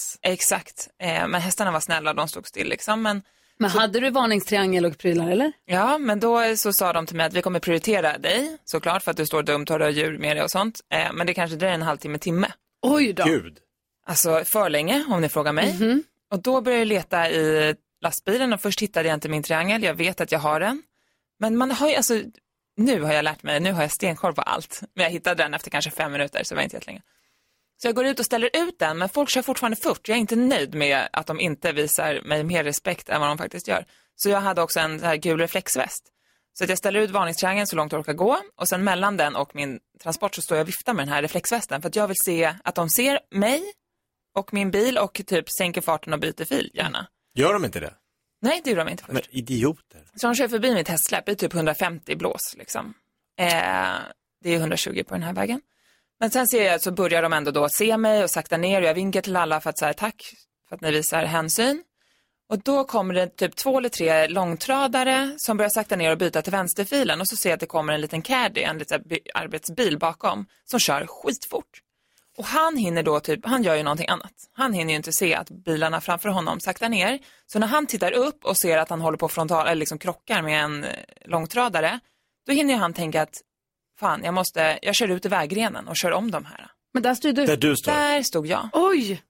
Exakt. Men hästarna var snälla och de stod still liksom. Men hade du varningstriangel och prylar eller? Ja, men då så sa de till mig att vi kommer prioritera dig såklart för att du står dumt och har djur med dig och sånt. Men det kanske dröjer en halvtimme, timme. Oj då. Gud. Alltså för länge om ni frågar mig. Mm-hmm. Och då började jag leta i lastbilen och först hittade jag inte min triangel. Jag vet att jag har den. Men man har ju alltså nu har jag lärt mig, nu har jag stenkoll på allt. Men jag hittade den efter kanske 5 minuter, så det var inte jättelänge. Så jag går ut och ställer ut den, men folk kör fortfarande fort. Jag är inte nöjd med att de inte visar mig mer respekt än vad de faktiskt gör. Så jag hade också en så här gul reflexväst. Så att jag ställer ut varningstriangeln så långt jag orkar gå. Och sen mellan den och min transport så står jag och viftar med den här reflexvästen. För att jag vill se att de ser mig och min bil och typ sänker farten och byter fil gärna. Gör de inte det? Nej, det gör de inte först. Men idioter. Så de kör förbi mitt hästsläpp i typ 150 blås liksom. Det är 120 på den här vägen. Men sen ser jag så börjar de ändå då se mig och sakta ner. Och jag vinkar till alla för att säga tack för att ni visar hänsyn. Och då kommer det typ 2 eller 3 långtradare som börjar sakta ner och byta till vänsterfilen. Och så ser jag att det kommer en liten caddy, en liten arbetsbil bakom, som kör skitfort. Och han hinner då typ, han gör ju någonting annat. Han hinner ju inte se att bilarna framför honom saktar ner. Så när han tittar upp och ser att han håller på frontal, eller liksom krockar med en långtradare, då hinner ju han tänka att fan, jag kör ut i vägrenen och kör om de här. Men där stod du. Där du står. Där stod jag. Oj!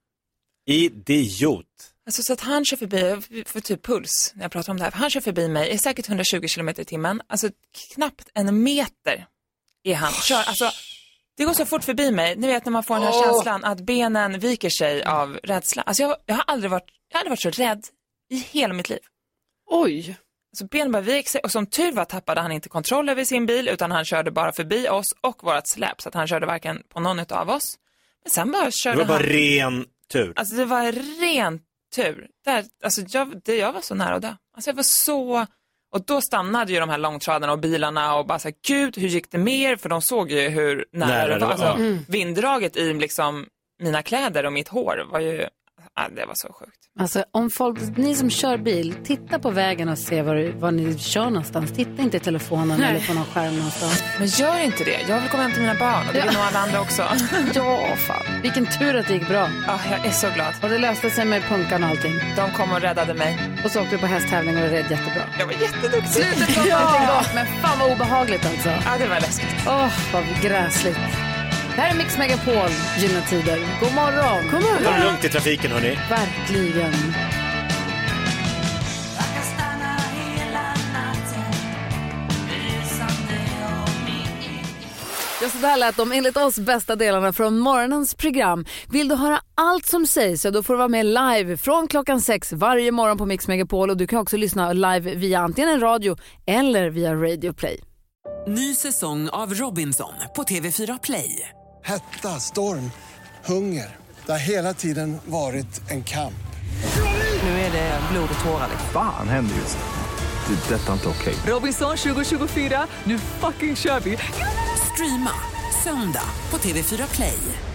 Idiot. Alltså så att han kör förbi, för typ puls när jag pratar om det här. För han kör förbi mig, är säkert 120 km i timmen. Alltså knappt en meter är han. Kör, alltså, det går så fort förbi mig. Ni vet när man får den här känslan att benen viker sig av rädsla. Alltså jag har aldrig varit så rädd i hela mitt liv. Oj! Så benen bara vik sig och som tur var tappade han inte kontroll över sin bil utan han körde bara förbi oss och vårat släp. Så att han körde varken på någon av oss. Men sen bara körde han... Det var bara ren tur. Alltså det var ren tur. Alltså jag var så nära att dö. Alltså jag var så... Och då stannade ju de här långtradarna och bilarna och bara så här, gud, hur gick det mer? För de såg ju hur nära det var. Alltså, vinddraget i liksom mina kläder och mitt hår var ju... det var så sjukt. Alltså om ni som kör bil, titta på vägen och se var ni kör någonstans. Titta inte i telefonen eller på någon skärm någonstans. Men gör inte det. Jag vill komma hem till mina barn och det vill nog alla andra också. Ja, fan. Vilken tur att det gick bra. Ja, jag är så glad. Och det löste sig med punkan och allting. De kom och räddade mig. Och så åkte du på hästtävling och det red jättebra. Jag var jätteduktig. Slutet var allting gott, men fan vad obehagligt alltså. Ja, det var läskigt. Vad gräsligt. Det här är Mix Megapol, Gyllene Tider. God morgon. God morgon. Det är lugnt i trafiken, hörni. Verkligen. Ja, så där lät de enligt oss bästa delarna från morgonens program. Vill du höra allt som sägs så då får du vara med live från klockan 6 varje morgon på Mix Megapol. Och du kan också lyssna live via antingen en radio eller via Radio Play. Ny säsong av Robinson på TV4 Play. Hetta, storm, hunger. Det har hela tiden varit en kamp. Nu är det blod och tårar. Fan händer just det. Detta är inte okej. Robinson 2024, nu fucking kör vi. Streama söndag på TV4 Play.